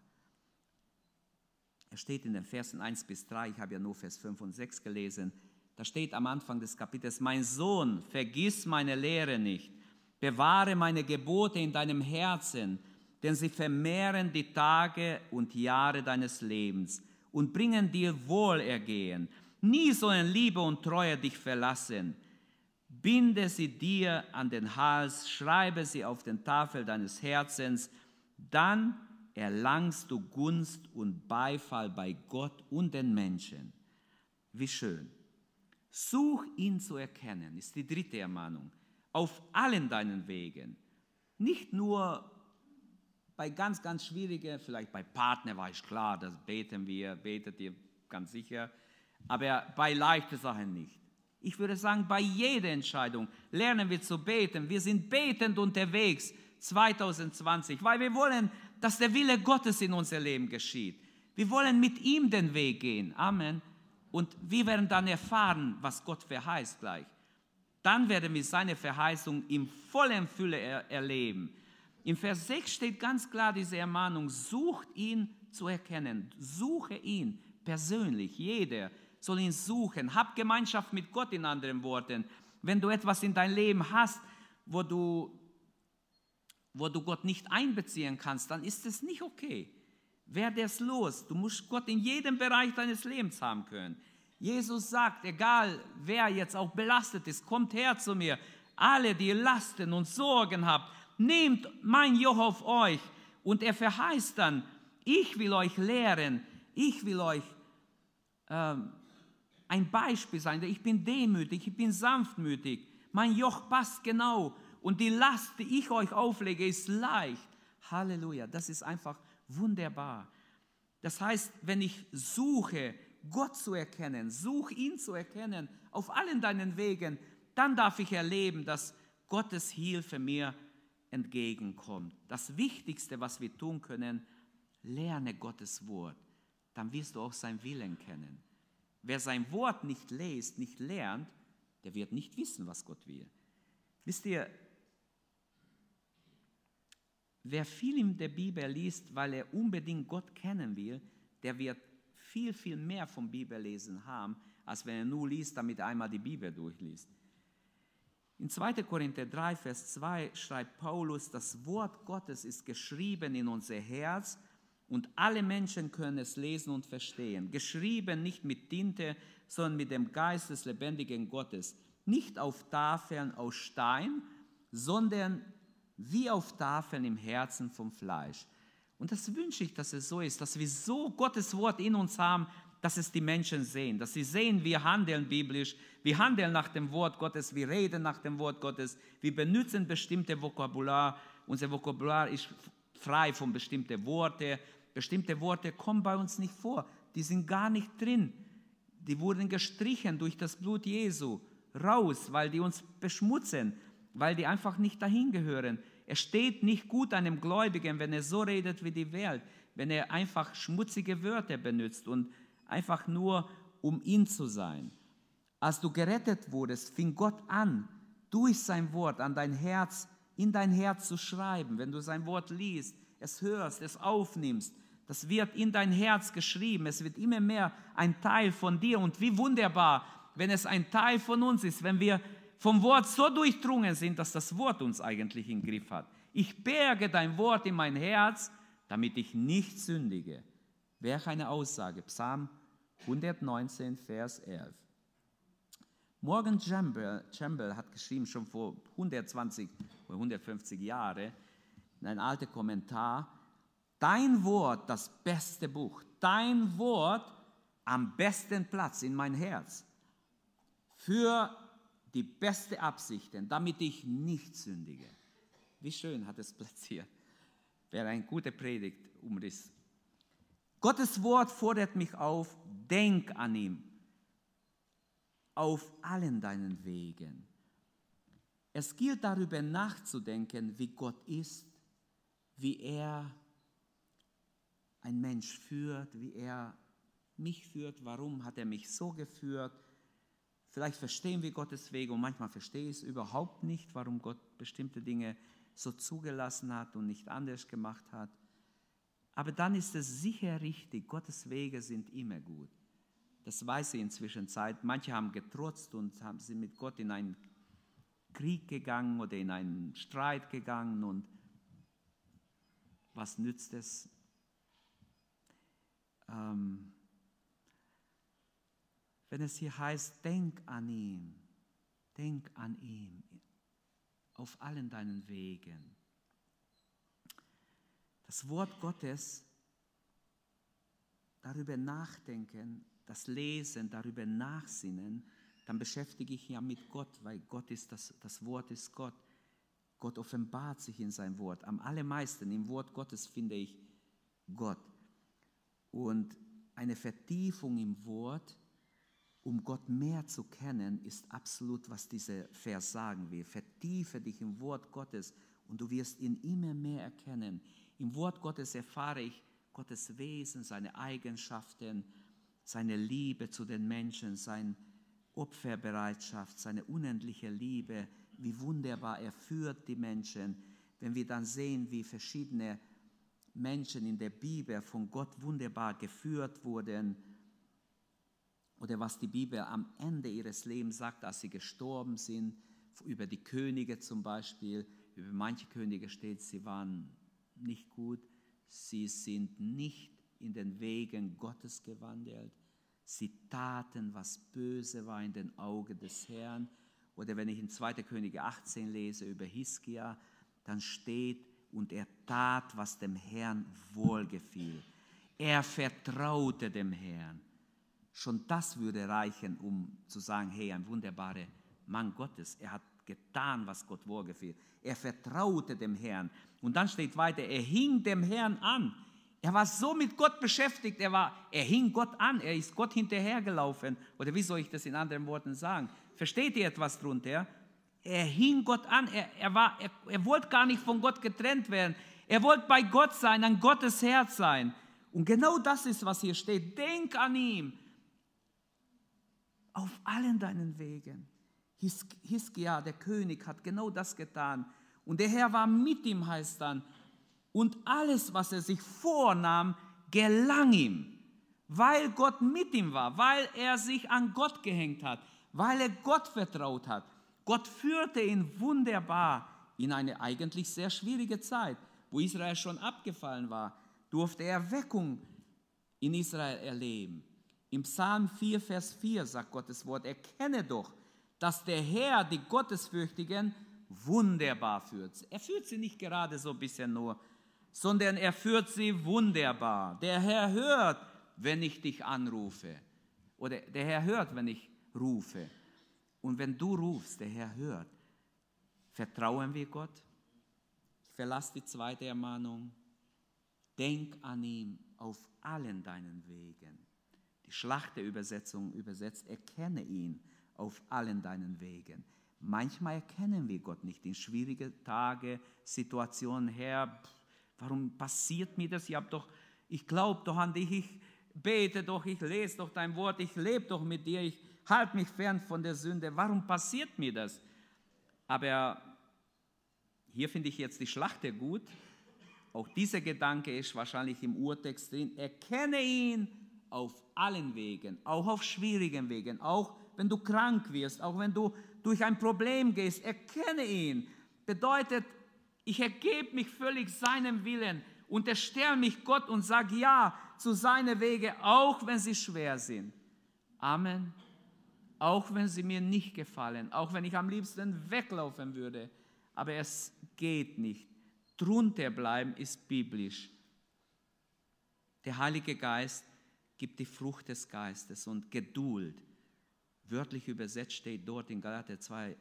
Er steht in den Versen 1-3, ich habe ja nur Vers 5 und 6 gelesen, da steht am Anfang des Kapitels: Mein Sohn, vergiss meine Lehre nicht, bewahre meine Gebote in deinem Herzen, denn sie vermehren die Tage und Jahre deines Lebens und bringen dir Wohlergehen. Nie sollen Liebe und Treue dich verlassen. Binde sie dir an den Hals, schreibe sie auf den Tafel deines Herzens, dann erlangst du Gunst und Beifall bei Gott und den Menschen. Wie schön. Such ihn zu erkennen, ist die dritte Ermahnung. Auf allen deinen Wegen. Nicht nur bei ganz, ganz schwierigen, vielleicht bei Partner war ich klar, das betet ihr ganz sicher. aber bei leichten Sachen nicht. Ich würde sagen, bei jeder Entscheidung lernen wir zu beten. Wir sind betend unterwegs 2020, weil wir wollen, dass der Wille Gottes in unser Leben geschieht. Wir wollen mit ihm den Weg gehen. Amen. Und wir werden dann erfahren, was Gott verheißt gleich. Dann werden wir seine Verheißung in voller Fülle erleben. Im Vers 6 steht ganz klar diese Ermahnung, sucht ihn zu erkennen. Suche ihn persönlich, jeder soll ihn suchen. Hab Gemeinschaft mit Gott, in anderen Worten. Wenn du etwas in dein Leben hast, wo du Gott nicht einbeziehen kannst, dann ist es nicht okay. Werde es los. Du musst Gott in jedem Bereich deines Lebens haben können. Jesus sagt, egal wer jetzt auch belastet ist, kommt her zu mir. Alle, die Lasten und Sorgen habt, nehmt mein Joch auf euch. Und er verheißt dann, ich will euch lehren, ich will euch ein Beispiel sein. Ich bin demütig, ich bin sanftmütig. Mein Joch passt genau. Und die Last, die ich euch auflege, ist leicht. Halleluja, das ist einfach wunderbar. Das heißt, wenn ich suche, Gott zu erkennen, suche ihn zu erkennen, auf allen deinen Wegen, dann darf ich erleben, dass Gottes Hilfe mir entgegenkommt. Das Wichtigste, was wir tun können, lerne Gottes Wort. Dann wirst du auch sein Willen kennen. Wer sein Wort nicht liest, nicht lernt, der wird nicht wissen, was Gott will. Wisst ihr, wer viel in der Bibel liest, weil er unbedingt Gott kennen will, der wird viel, viel mehr vom Bibellesen haben, als wenn er nur liest, damit er einmal die Bibel durchliest. In 2. Korinther 3, Vers 2 schreibt Paulus, das Wort Gottes ist geschrieben in unser Herz und alle Menschen können es lesen und verstehen. Geschrieben nicht mit Tinte, sondern mit dem Geist des lebendigen Gottes. Nicht auf Tafeln aus Stein, sondern wie auf Tafeln im Herzen vom Fleisch. Und das wünsche ich, dass es so ist, dass wir so Gottes Wort in uns haben, dass es die Menschen sehen. Dass sie sehen, wir handeln biblisch, wir handeln nach dem Wort Gottes, wir reden nach dem Wort Gottes, wir benutzen bestimmte Vokabular. Unser Vokabular ist frei von bestimmten Worten. Bestimmte Worte kommen bei uns nicht vor, die sind gar nicht drin. Die wurden gestrichen durch das Blut Jesu raus, weil die uns beschmutzen, weil die einfach nicht dahin gehören. Es steht nicht gut einem Gläubigen, wenn er so redet wie die Welt, wenn er einfach schmutzige Wörter benutzt und einfach nur, um ihn zu sein. Als du gerettet wurdest, fing Gott an, durch sein Wort an dein Herz, in dein Herz zu schreiben. Wenn du sein Wort liest, es hörst, es aufnimmst, das wird in dein Herz geschrieben. Es wird immer mehr ein Teil von dir. Und wie wunderbar, wenn es ein Teil von uns ist, wenn wir vom Wort so durchdrungen sind, dass das Wort uns eigentlich im Griff hat. Ich berge dein Wort in mein Herz, damit ich nicht sündige. Wäre eine Aussage. Psalm 119, Vers 11. Morgan Campbell hat geschrieben, schon vor 120 oder 150 Jahren, in einem alten Kommentar, dein Wort, das beste Buch, dein Wort am besten Platz in mein Herz. Für die beste Absichten, damit ich nicht sündige. Wie schön hat es platziert. Wäre ein guter Predigtumriss. Gottes Wort fordert mich auf, denk an ihn. Auf allen deinen Wegen. Es gilt darüber nachzudenken, wie Gott ist, wie er ein Mensch führt, wie er mich führt, warum hat er mich so geführt. Vielleicht verstehen wir Gottes Wege und manchmal verstehe ich es überhaupt nicht, warum Gott bestimmte Dinge so zugelassen hat und nicht anders gemacht hat. Aber dann ist es sicher richtig, Gottes Wege sind immer gut. Das weiß ich inzwischen Zeit. Manche haben getrotzt und sind mit Gott in einen Krieg gegangen oder in einen Streit gegangen. Und was nützt es? Wenn es hier heißt, denk an ihn, auf allen deinen Wegen. Das Wort Gottes, darüber nachdenken, das Lesen, darüber nachsinnen, dann beschäftige ich mich ja mit Gott, weil Gott ist das Wort ist Gott. Gott offenbart sich in sein Wort. Am allermeisten im Wort Gottes finde ich Gott. Und eine Vertiefung im Wort um Gott mehr zu kennen, ist absolut, was dieser Vers sagen will. Vertiefe dich im Wort Gottes und du wirst ihn immer mehr erkennen. Im Wort Gottes erfahre ich Gottes Wesen, seine Eigenschaften, seine Liebe zu den Menschen, seine Opferbereitschaft, seine unendliche Liebe, wie wunderbar er führt die Menschen. Wenn wir dann sehen, wie verschiedene Menschen in der Bibel von Gott wunderbar geführt wurden, oder was die Bibel am Ende ihres Lebens sagt, als sie gestorben sind, über die Könige zum Beispiel, über manche Könige steht, sie waren nicht gut, sie sind nicht in den Wegen Gottes gewandelt, sie taten, was böse war in den Augen des Herrn. Oder wenn ich in 2. Könige 18 lese über Hiskia, dann steht, und er tat, was dem Herrn wohlgefiel. Er vertraute dem Herrn. Schon das würde reichen, um zu sagen, hey, ein wunderbarer Mann Gottes. Er hat getan, was Gott wohlgefiel. Er vertraute dem Herrn. Und dann steht weiter, er hing dem Herrn an. Er war so mit Gott beschäftigt, er hing Gott an, er ist Gott hinterhergelaufen. Oder wie soll ich das in anderen Worten sagen? Versteht ihr etwas drunter? Er hing Gott an, er wollte gar nicht von Gott getrennt werden. Er wollte bei Gott sein, ein Gottes Herz sein. Und genau das ist, was hier steht. Denk an ihn. Auf allen deinen Wegen. Hiskia, der König, hat genau das getan. Und der Herr war mit ihm, heißt dann. Und alles, was er sich vornahm, gelang ihm. Weil Gott mit ihm war, weil er sich an Gott gehängt hat, weil er Gott vertraut hat. Gott führte ihn wunderbar in eine eigentlich sehr schwierige Zeit, wo Israel schon abgefallen war, durfte er Erweckung in Israel erleben. Im Psalm 4, Vers 4 sagt Gottes Wort, erkenne doch, dass der Herr die Gottesfürchtigen wunderbar führt. Er führt sie nicht gerade so ein bisschen nur, sondern er führt sie wunderbar. Der Herr hört, wenn ich dich anrufe. Oder der Herr hört, wenn ich rufe. Und wenn du rufst, der Herr hört. Vertrauen wir Gott? Ich verlasse die zweite Ermahnung. Denk an ihn auf allen deinen Wegen. Die Schlachterübersetzung übersetzt, erkenne ihn auf allen deinen Wegen. Manchmal erkennen wir Gott nicht in schwierigen Tagen, Situationen. Herr, warum passiert mir das? Ich glaube doch an dich, ich bete doch, ich lese doch dein Wort, ich lebe doch mit dir, ich halte mich fern von der Sünde. Warum passiert mir das? Aber hier finde ich jetzt die Schlachter gut. Auch dieser Gedanke ist wahrscheinlich im Urtext drin. Erkenne ihn auf allen Wegen, auch auf schwierigen Wegen, auch wenn du krank wirst, auch wenn du durch ein Problem gehst. Erkenne ihn. Bedeutet, ich ergebe mich völlig seinem Willen, unterstelle mich Gott und sage ja zu seinen Wegen, auch wenn sie schwer sind. Amen. Auch wenn sie mir nicht gefallen, auch wenn ich am liebsten weglaufen würde. Aber es geht nicht. Drunter bleiben ist biblisch. Der Heilige Geist gibt die Frucht des Geistes und Geduld. Wörtlich übersetzt steht dort in Galater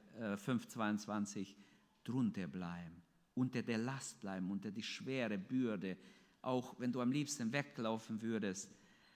5,22, drunter bleiben, unter der Last bleiben, unter die schwere Bürde, auch wenn du am liebsten weglaufen würdest.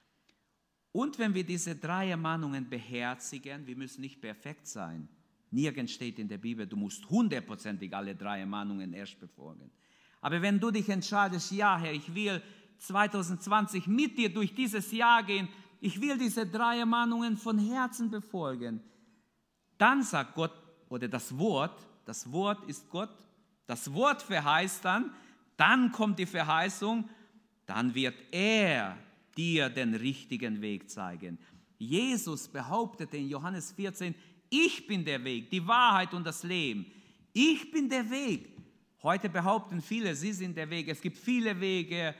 Und wenn wir diese 3 Ermahnungen beherzigen, wir müssen nicht perfekt sein. Nirgends steht in der Bibel, du musst 100%ig alle 3 Ermahnungen erst befolgen. Aber wenn du dich entscheidest, ja Herr, ich will 2020 mit dir durch dieses Jahr gehen, ich will diese 3 Ermahnungen von Herzen befolgen, dann sagt Gott, oder das Wort ist Gott, das Wort verheißt dann kommt die Verheißung, dann wird er dir den richtigen Weg zeigen. Jesus behauptete in Johannes 14, ich bin der Weg, die Wahrheit und das Leben. Ich bin der Weg. Heute behaupten viele, sie sind der Weg. Es gibt viele Wege.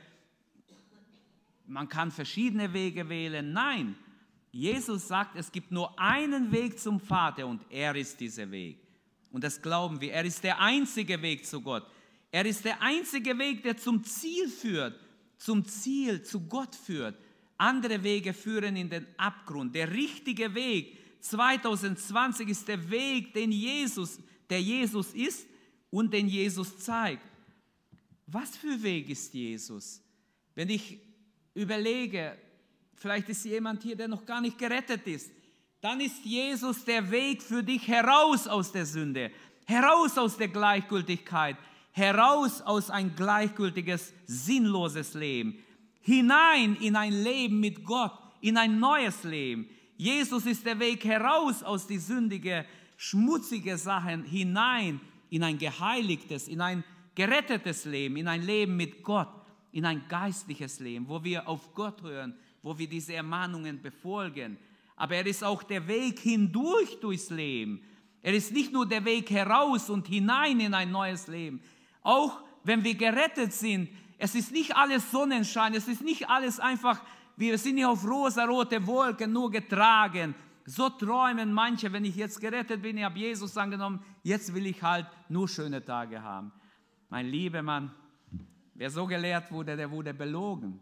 Man kann verschiedene Wege wählen. Nein, Jesus sagt, es gibt nur einen Weg zum Vater und er ist dieser Weg. Und das glauben wir. Er ist der einzige Weg zu Gott. Er ist der einzige Weg, der zum Ziel führt, zu Gott führt. Andere Wege führen in den Abgrund. Der richtige Weg 2020 ist der Weg, der Jesus ist und den Jesus zeigt. Was für Weg ist Jesus? Wenn ich überlege, vielleicht ist jemand hier, der noch gar nicht gerettet ist, dann ist Jesus der Weg für dich heraus aus der Sünde, heraus aus der Gleichgültigkeit, heraus aus ein gleichgültiges, sinnloses Leben, hinein in ein Leben mit Gott, in ein neues Leben. Jesus ist der Weg heraus aus die sündige, schmutzige Sachen, hinein in ein geheiligtes, in ein gerettetes Leben, in ein Leben mit Gott, in ein geistliches Leben, wo wir auf Gott hören, wo wir diese Ermahnungen befolgen. Aber er ist auch der Weg hindurch durchs Leben. Er ist nicht nur der Weg heraus und hinein in ein neues Leben. Auch wenn wir gerettet sind, es ist nicht alles Sonnenschein, es ist nicht alles einfach, wir sind nicht auf rosarote Wolken nur getragen. So träumen manche, wenn ich jetzt gerettet bin, ich habe Jesus angenommen, jetzt will ich halt nur schöne Tage haben. Mein lieber Mann, wer so gelehrt wurde, der wurde belogen.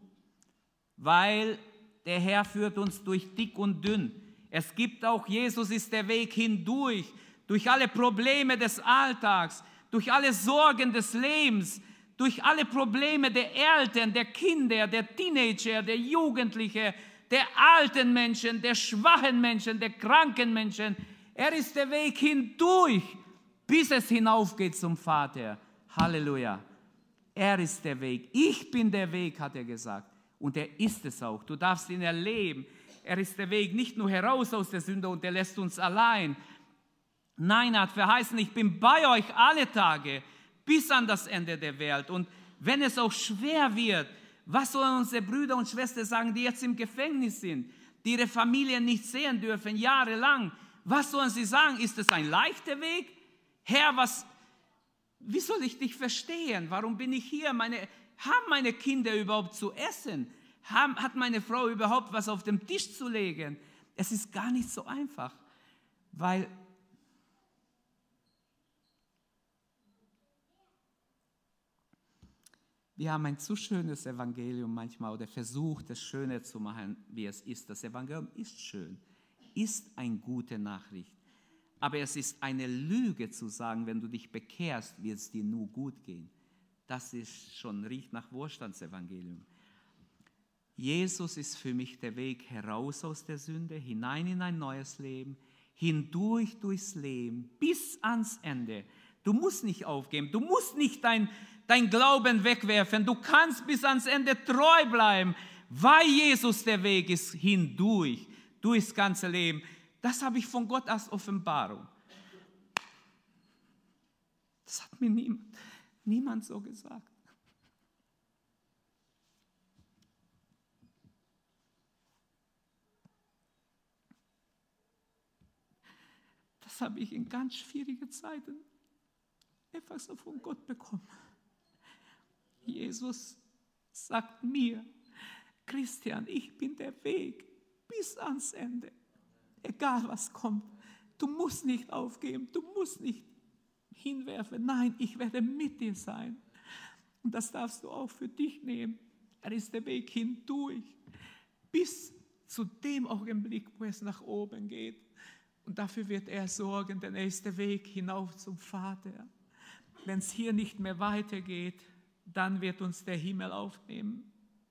Weil der Herr führt uns durch dick und dünn. Es gibt auch, Jesus ist der Weg hindurch, durch alle Probleme des Alltags, durch alle Sorgen des Lebens, durch alle Probleme der Eltern, der Kinder, der Teenager, der Jugendlichen, der alten Menschen, der schwachen Menschen, der kranken Menschen. Er ist der Weg hindurch, bis es hinaufgeht zum Vater. Halleluja. Er ist der Weg. Ich bin der Weg, hat er gesagt. Und er ist es auch. Du darfst ihn erleben. Er ist der Weg nicht nur heraus aus der Sünde und er lässt uns allein. Nein, er hat verheißen, ich bin bei euch alle Tage bis an das Ende der Welt. Und wenn es auch schwer wird, was sollen unsere Brüder und Schwestern sagen, die jetzt im Gefängnis sind, die ihre Familien nicht sehen dürfen, jahrelang? Was sollen sie sagen? Ist es ein leichter Weg? Herr, wie soll ich dich verstehen? Warum bin ich hier? Haben meine Kinder überhaupt zu essen? Hat meine Frau überhaupt was auf den Tisch zu legen? Es ist gar nicht so einfach, weil wir haben ein zu schönes Evangelium manchmal oder versucht, es schöner zu machen, wie es ist. Das Evangelium ist schön, ist eine gute Nachricht. Aber es ist eine Lüge zu sagen, wenn du dich bekehrst, wird es dir nur gut gehen. Das ist schon, riecht nach Wohlstandsevangelium. Jesus ist für mich der Weg heraus aus der Sünde, hinein in ein neues Leben, hindurch durchs Leben, bis ans Ende. Du musst nicht aufgeben, du musst nicht dein Glauben wegwerfen, du kannst bis ans Ende treu bleiben, weil Jesus der Weg ist, hindurch, durchs ganze Leben. Das habe ich von Gott als Offenbarung. Das hat mir niemand so gesagt. Das habe ich in ganz schwierigen Zeiten einfach so von Gott bekommen. Jesus sagt mir, Christian, ich bin der Weg bis ans Ende. Egal was kommt, du musst nicht aufgeben, du musst nicht hinwerfen. Nein, ich werde mit dir sein. Und das darfst du auch für dich nehmen. Er ist der Weg hindurch, bis zu dem Augenblick, wo es nach oben geht. Und dafür wird er sorgen, denn er ist der Weg hinauf zum Vater. Wenn es hier nicht mehr weitergeht, dann wird uns der Himmel aufnehmen.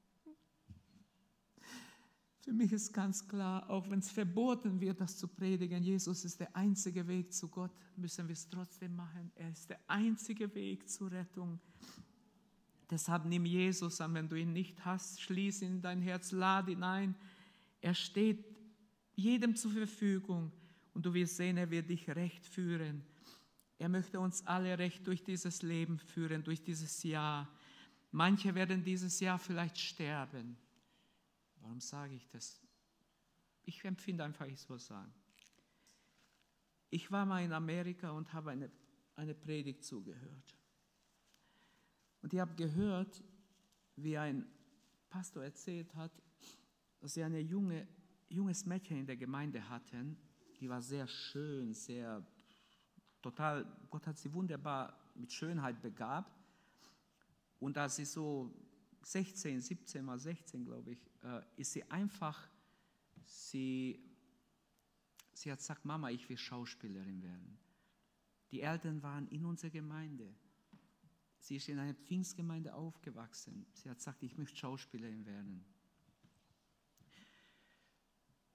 Für mich ist ganz klar, auch wenn es verboten wird, das zu predigen, Jesus ist der einzige Weg zu Gott, müssen wir es trotzdem machen. Er ist der einzige Weg zur Rettung. Deshalb nimm Jesus an, wenn du ihn nicht hast, schließ ihn in dein Herz, lade ihn ein. Er steht jedem zur Verfügung und du wirst sehen, er wird dich recht führen. Er möchte uns alle recht durch dieses Leben führen, durch dieses Jahr. Manche werden dieses Jahr vielleicht sterben. Warum sage ich das? Ich empfinde einfach, ich soll sagen. Ich war mal in Amerika und habe eine Predigt zugehört. Und ich habe gehört, wie ein Pastor erzählt hat, dass sie ein junges Mädchen in der Gemeinde hatten. Die war sehr schön, total, Gott hat sie wunderbar mit Schönheit begabt. Und als sie so 17 mal 16, glaube ich, ist sie einfach, sie hat gesagt, Mama, ich will Schauspielerin werden. Die Eltern waren in unserer Gemeinde. Sie ist in einer Pfingstgemeinde aufgewachsen. Sie hat gesagt, ich möchte Schauspielerin werden.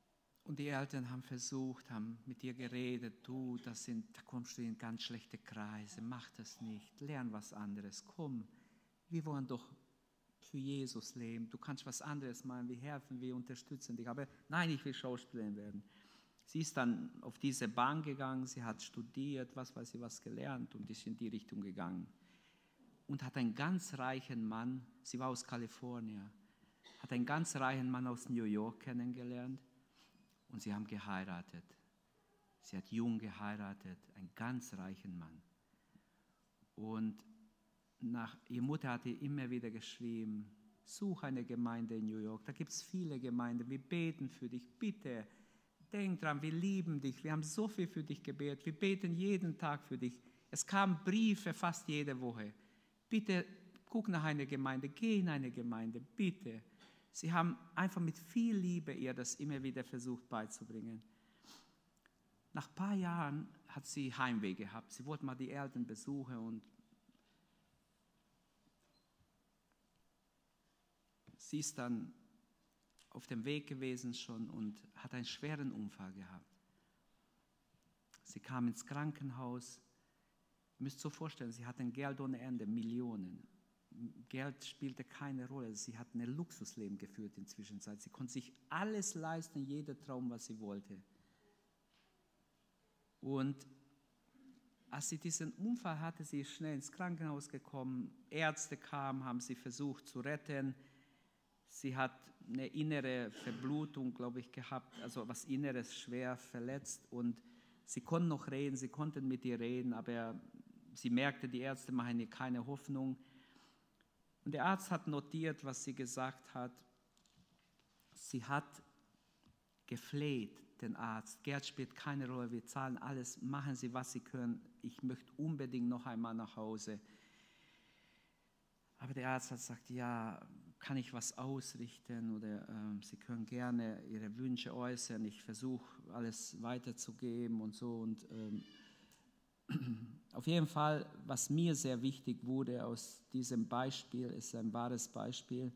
Und die Eltern haben versucht, haben mit ihr geredet, da kommst du in ganz schlechte Kreise, mach das nicht, lern was anderes, komm, wir wollen doch für Jesus leben, du kannst was anderes machen, wir helfen, wir unterstützen dich. Aber nein, ich will Schauspielerin werden. Sie ist dann auf diese Bahn gegangen, sie hat studiert, was weiß ich was gelernt und ist in die Richtung gegangen. Und hat einen ganz reichen Mann, sie war aus Kalifornien, hat einen ganz reichen Mann aus New York kennengelernt und sie haben geheiratet. Sie hat jung geheiratet, einen ganz reichen Mann. Und ihre Mutter hat ihr immer wieder geschrieben, such eine Gemeinde in New York, da gibt es viele Gemeinden, wir beten für dich, bitte, denk dran, wir lieben dich, wir haben so viel für dich gebetet, wir beten jeden Tag für dich. Es kamen Briefe fast jede Woche. Bitte guck nach einer Gemeinde, geh in eine Gemeinde, bitte. Sie haben einfach mit viel Liebe ihr das immer wieder versucht beizubringen. Nach ein paar Jahren hat sie Heimweh gehabt. Sie wollte mal die Eltern besuchen und sie ist dann auf dem Weg gewesen schon und hat einen schweren Unfall gehabt. Sie kam ins Krankenhaus. Ihr müsst so vorstellen, sie hatten Geld ohne Ende, Millionen. Geld spielte keine Rolle. Sie hat ein Luxusleben geführt in der Zwischenzeit. Sie konnte sich alles leisten, jeder Traum, was sie wollte. Und als sie diesen Unfall hatte, sie ist schnell ins Krankenhaus gekommen. Ärzte kamen, haben sie versucht zu retten. Sie hat eine innere Verblutung, glaube ich, gehabt, also was Inneres schwer verletzt. Und sie konnten noch reden, sie konnten mit ihr reden, aber sie merkte, die Ärzte machen ihr keine Hoffnung. Und der Arzt hat notiert, was sie gesagt hat. Sie hat gefleht, den Arzt. Geld spielt keine Rolle, wir zahlen alles, machen Sie, was Sie können. Ich möchte unbedingt noch einmal nach Hause. Aber der Arzt hat gesagt, ja, kann ich was ausrichten oder Sie können gerne Ihre Wünsche äußern. Ich versuche, alles weiterzugeben und so. Und auf jeden Fall, was mir sehr wichtig wurde aus diesem Beispiel, ist ein wahres Beispiel.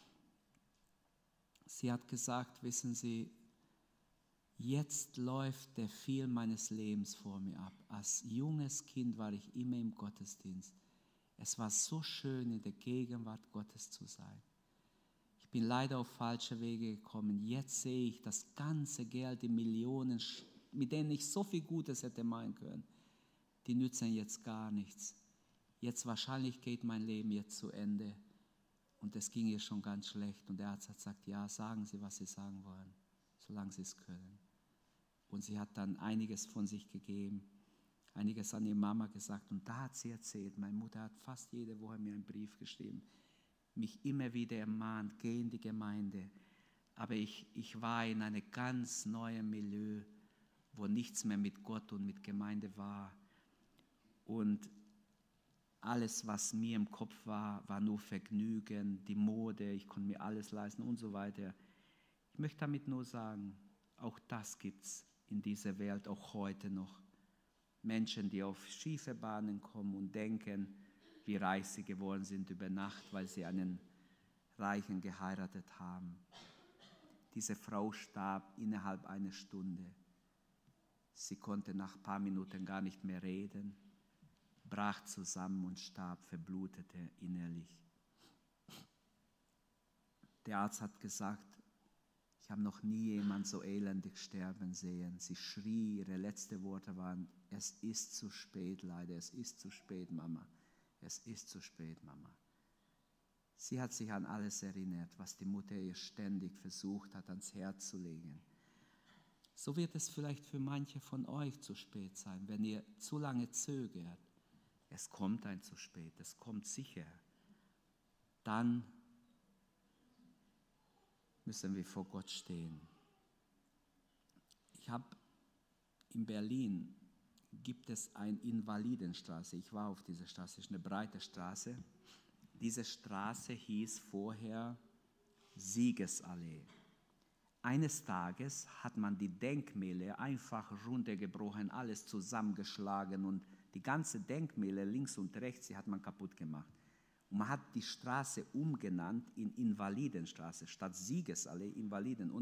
Sie hat gesagt, wissen Sie, jetzt läuft der Film meines Lebens vor mir ab. Als junges Kind war ich immer im Gottesdienst. Es war so schön, in der Gegenwart Gottes zu sein. Ich bin leider auf falsche Wege gekommen. Jetzt sehe ich das ganze Geld, die Millionen, mit denen ich so viel Gutes hätte machen können, die nützen jetzt gar nichts. Jetzt wahrscheinlich geht mein Leben jetzt zu Ende. Und es ging ihr schon ganz schlecht. Und der Arzt hat gesagt, ja, sagen Sie, was Sie sagen wollen, solange Sie es können. Und sie hat dann einiges von sich gegeben, einiges an ihre Mama gesagt. Und da hat sie erzählt, meine Mutter hat fast jede Woche mir einen Brief geschrieben, mich immer wieder ermahnt, geh in die Gemeinde. Aber ich war in einem ganz neuen Milieu, wo nichts mehr mit Gott und mit Gemeinde war. Und alles, was mir im Kopf war, war nur Vergnügen, die Mode, ich konnte mir alles leisten und so weiter. Ich möchte damit nur sagen, auch das gibt es in dieser Welt, auch heute noch. Menschen, die auf schiefe Bahnen kommen und denken, wie reich sie geworden sind über Nacht, weil sie einen Reichen geheiratet haben. Diese Frau starb innerhalb einer Stunde. Sie konnte nach ein paar Minuten gar nicht mehr reden, brach zusammen und starb, verblutete innerlich. Der Arzt hat gesagt, ich habe noch nie jemanden so elendig sterben sehen. Sie schrie, ihre letzten Worte waren, es ist zu spät, leider, es ist zu spät, Mama. Es ist zu spät, Mama. Sie hat sich an alles erinnert, was die Mutter ihr ständig versucht hat, ans Herz zu legen. So wird es vielleicht für manche von euch zu spät sein, wenn ihr zu lange zögert. Es kommt ein zu spät, es kommt sicher. Dann müssen wir vor Gott stehen. In Berlin gibt es eine Invalidenstraße. Ich war auf dieser Straße, es ist eine breite Straße. Diese Straße hieß vorher Siegesallee. Eines Tages hat man die Denkmäler einfach runtergebrochen, alles zusammengeschlagen und die ganze Denkmäler links und rechts, die hat man kaputt gemacht. Und man hat die Straße umgenannt in Invalidenstraße, statt Siegesallee Invaliden. Und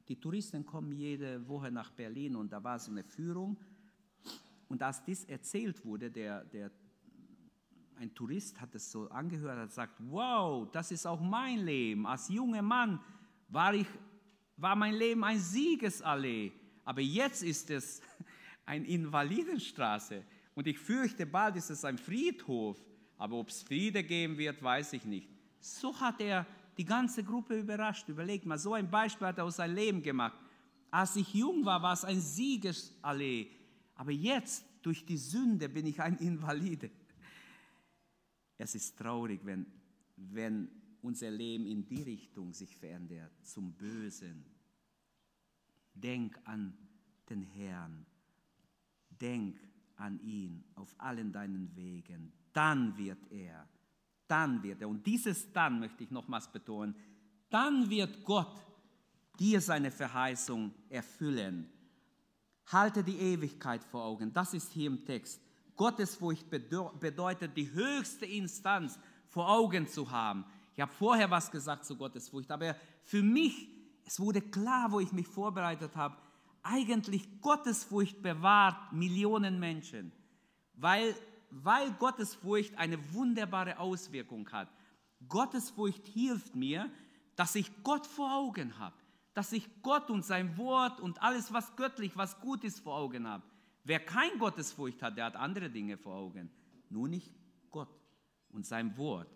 Die Touristen kommen jede Woche nach Berlin und da war so eine Führung. Und als das erzählt wurde, ein Tourist hat es so angehört, hat gesagt, wow, das ist auch mein Leben. Als junger Mann war mein Leben ein Siegesallee, aber jetzt ist es eine Invalidenstraße. Und ich fürchte, bald ist es ein Friedhof. Aber ob es Friede geben wird, weiß ich nicht. So hat er die ganze Gruppe überrascht. Überlegt mal, so ein Beispiel hat er aus seinem Leben gemacht. Als ich jung war, war es ein Siegesallee. Aber jetzt, durch die Sünde, bin ich ein Invalide. Es ist traurig, wenn unser Leben in die Richtung sich verändert, zum Bösen. Denk an den Herrn. Denk an ihn auf allen deinen Wegen. Dann wird er, und dieses Dann möchte ich nochmals betonen, dann wird Gott dir seine Verheißung erfüllen. Halte die Ewigkeit vor Augen, das ist hier im Text. Gottesfurcht bedeutet, die höchste Instanz vor Augen zu haben. Ich habe vorher was gesagt zu Gottesfurcht, aber für mich, es wurde klar, wo ich mich vorbereitet habe, eigentlich Gottesfurcht bewahrt Millionen Menschen, weil Gottesfurcht eine wunderbare Auswirkung hat. Gottesfurcht hilft mir, dass ich Gott vor Augen habe, dass ich Gott und sein Wort und alles, was göttlich, was gut ist, vor Augen habe. Wer kein Gottesfurcht hat, der hat andere Dinge vor Augen, nur nicht Gott und sein Wort.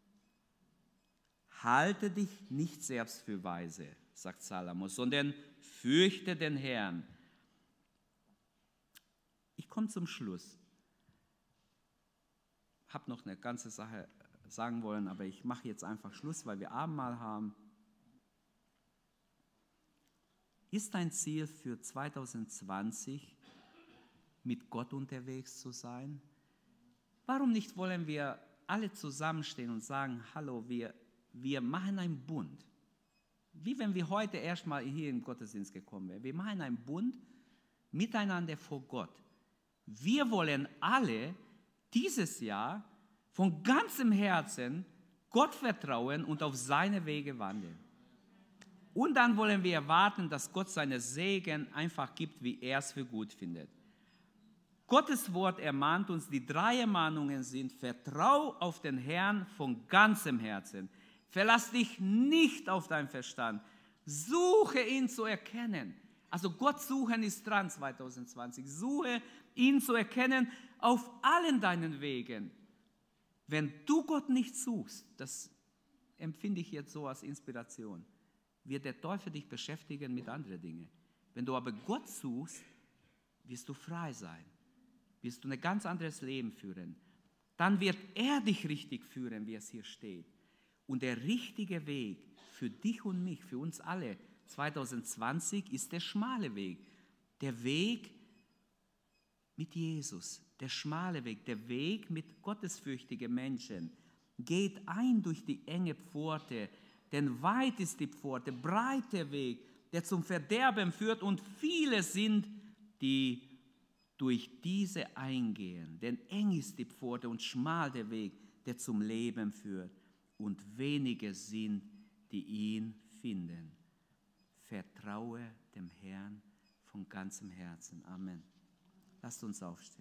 Halte dich nicht selbst für weise, sagt Salomo, sondern fürchte den Herrn. Ich komme zum Schluss. Ich habe noch eine ganze Sache sagen wollen, aber ich mache jetzt einfach Schluss, weil wir Abendmahl haben. Ist dein Ziel für 2020, mit Gott unterwegs zu sein? Warum nicht wollen wir alle zusammenstehen und sagen, hallo, wir machen einen Bund. Wie wenn wir heute erstmal hier im Gottesdienst gekommen wären. Wir machen einen Bund miteinander vor Gott. Wir wollen alle dieses Jahr von ganzem Herzen Gott vertrauen und auf seine Wege wandeln. Und dann wollen wir erwarten, dass Gott seine Segen einfach gibt, wie er es für gut findet. Gottes Wort ermahnt uns, die 3 Ermahnungen sind: Vertrau auf den Herrn von ganzem Herzen. Verlass dich nicht auf deinen Verstand. Suche ihn zu erkennen. Also Gott suchen ist dran 2020. Suche ihn zu erkennen auf allen deinen Wegen. Wenn du Gott nicht suchst, das empfinde ich jetzt so als Inspiration, wird der Teufel dich beschäftigen mit anderen Dingen. Wenn du aber Gott suchst, wirst du frei sein. Wirst du ein ganz anderes Leben führen. Dann wird er dich richtig führen, wie es hier steht. Und der richtige Weg für dich und mich, für uns alle, 2020 ist der schmale Weg. Der Weg mit Jesus, der schmale Weg, der Weg mit gottesfürchtigen Menschen. Geht ein durch die enge Pforte, denn weit ist die Pforte, breit der Weg, der zum Verderben führt, und viele sind, die durch diese eingehen. Denn eng ist die Pforte und schmal der Weg, der zum Leben führt. Und wenige sind, die ihn finden. Vertraue dem Herrn von ganzem Herzen. Amen. Lasst uns aufstehen.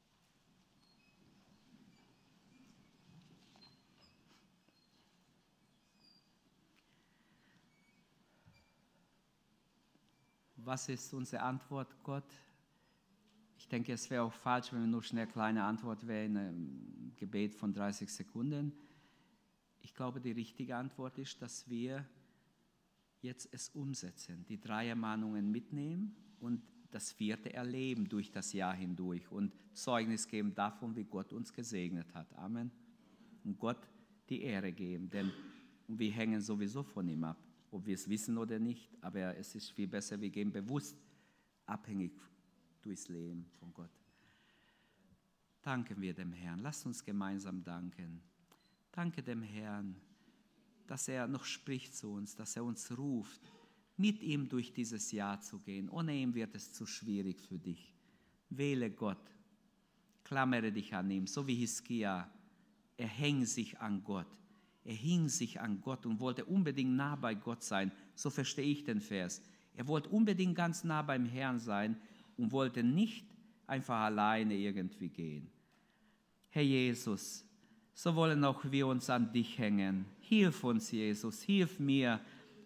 Was ist unsere Antwort, Gott? Ich denke, es wäre auch falsch, wenn wir nur schnell kleine Antwort wären, ein Gebet von 30 Sekunden. Ich glaube, die richtige Antwort ist, dass wir jetzt es umsetzen, die 3 Ermahnungen mitnehmen und das 4. erleben durch das Jahr hindurch und Zeugnis geben davon, wie Gott uns gesegnet hat. Amen. Und Gott die Ehre geben, denn wir hängen sowieso von ihm ab, ob wir es wissen oder nicht, aber es ist viel besser, wir gehen bewusst abhängig durchs Leben von Gott. Danken wir dem Herrn. Lasst uns gemeinsam danken. Danke dem Herrn, dass er noch spricht zu uns, dass er uns ruft, mit ihm durch dieses Jahr zu gehen. Ohne ihn wird es zu schwierig für dich. Wähle Gott, klammere dich an ihm, so wie Hiskia. Er hing sich an Gott. Er hing sich an Gott und wollte unbedingt nah bei Gott sein. So verstehe ich den Vers. Er wollte unbedingt ganz nah beim Herrn sein und wollte nicht einfach alleine irgendwie gehen. Herr Jesus, so wollen auch wir uns an dich hängen. Hilf uns, Jesus, hilf mir,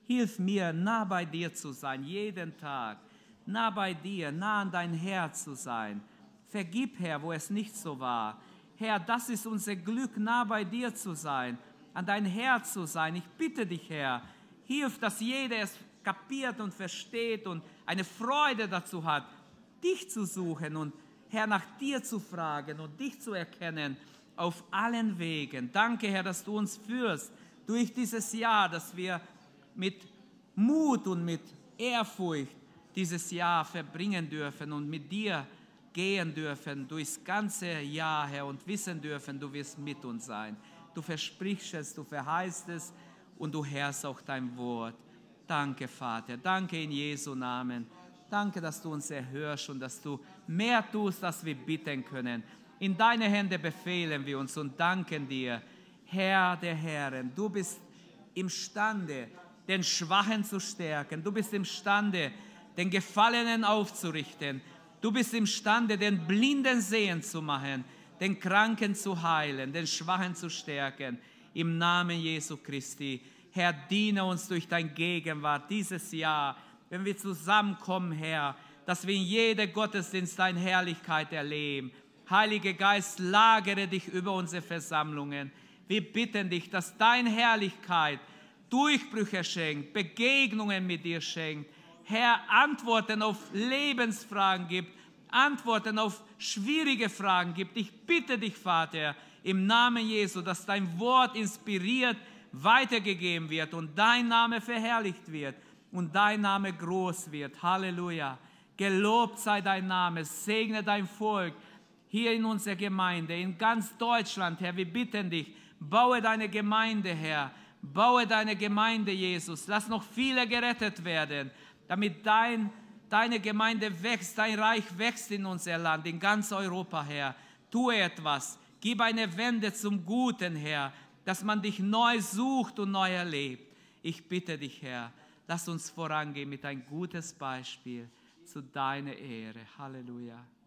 nah bei dir zu sein, jeden Tag, nah bei dir, nah an dein Herz zu sein. Vergib, Herr, wo es nicht so war. Herr, das ist unser Glück, nah bei dir zu sein, an dein Herz zu sein. Ich bitte dich, Herr, hilf, dass jeder es kapiert und versteht und eine Freude dazu hat, dich zu suchen und, Herr, nach dir zu fragen und dich zu erkennen auf allen Wegen. Danke, Herr, dass du uns führst durch dieses Jahr, dass wir mit Mut und mit Ehrfurcht dieses Jahr verbringen dürfen und mit dir gehen dürfen durchs ganze Jahr, Herr, und wissen dürfen, du wirst mit uns sein. Du versprichst es, du verheißt es und du hörst auch dein Wort. Danke, Vater. Danke in Jesu Namen. Danke, dass du uns erhörst und dass du mehr tust, als wir bitten können. In deine Hände befehlen wir uns und danken dir, Herr der Herren. Du bist imstande, den Schwachen zu stärken. Du bist imstande, den Gefallenen aufzurichten. Du bist imstande, den Blinden sehen zu machen, den Kranken zu heilen, den Schwachen zu stärken. Im Namen Jesu Christi. Herr, diene uns durch dein Gegenwart dieses Jahr, wenn wir zusammenkommen, Herr, dass wir in jedem Gottesdienst deine Herrlichkeit erleben. Heiliger Geist, lagere dich über unsere Versammlungen. Wir bitten dich, dass deine Herrlichkeit Durchbrüche schenkt, Begegnungen mit dir schenkt. Herr, Antworten auf Lebensfragen gibt, Antworten auf schwierige Fragen gibt. Ich bitte dich, Vater, im Namen Jesu, dass dein Wort inspiriert weitergegeben wird und dein Name verherrlicht wird und dein Name groß wird. Halleluja. Gelobt sei dein Name. Segne dein Volk hier in unserer Gemeinde, in ganz Deutschland, Herr. Wir bitten dich, baue deine Gemeinde, Herr. Baue deine Gemeinde, Jesus. Lass noch viele gerettet werden, damit deine Gemeinde wächst, dein Reich wächst in unser Land, in ganz Europa, Herr. Tue etwas. Gib eine Wende zum Guten, Herr, dass man dich neu sucht und neu erlebt. Ich bitte dich, Herr, lass uns vorangehen mit ein gutes Beispiel zu deiner Ehre. Halleluja.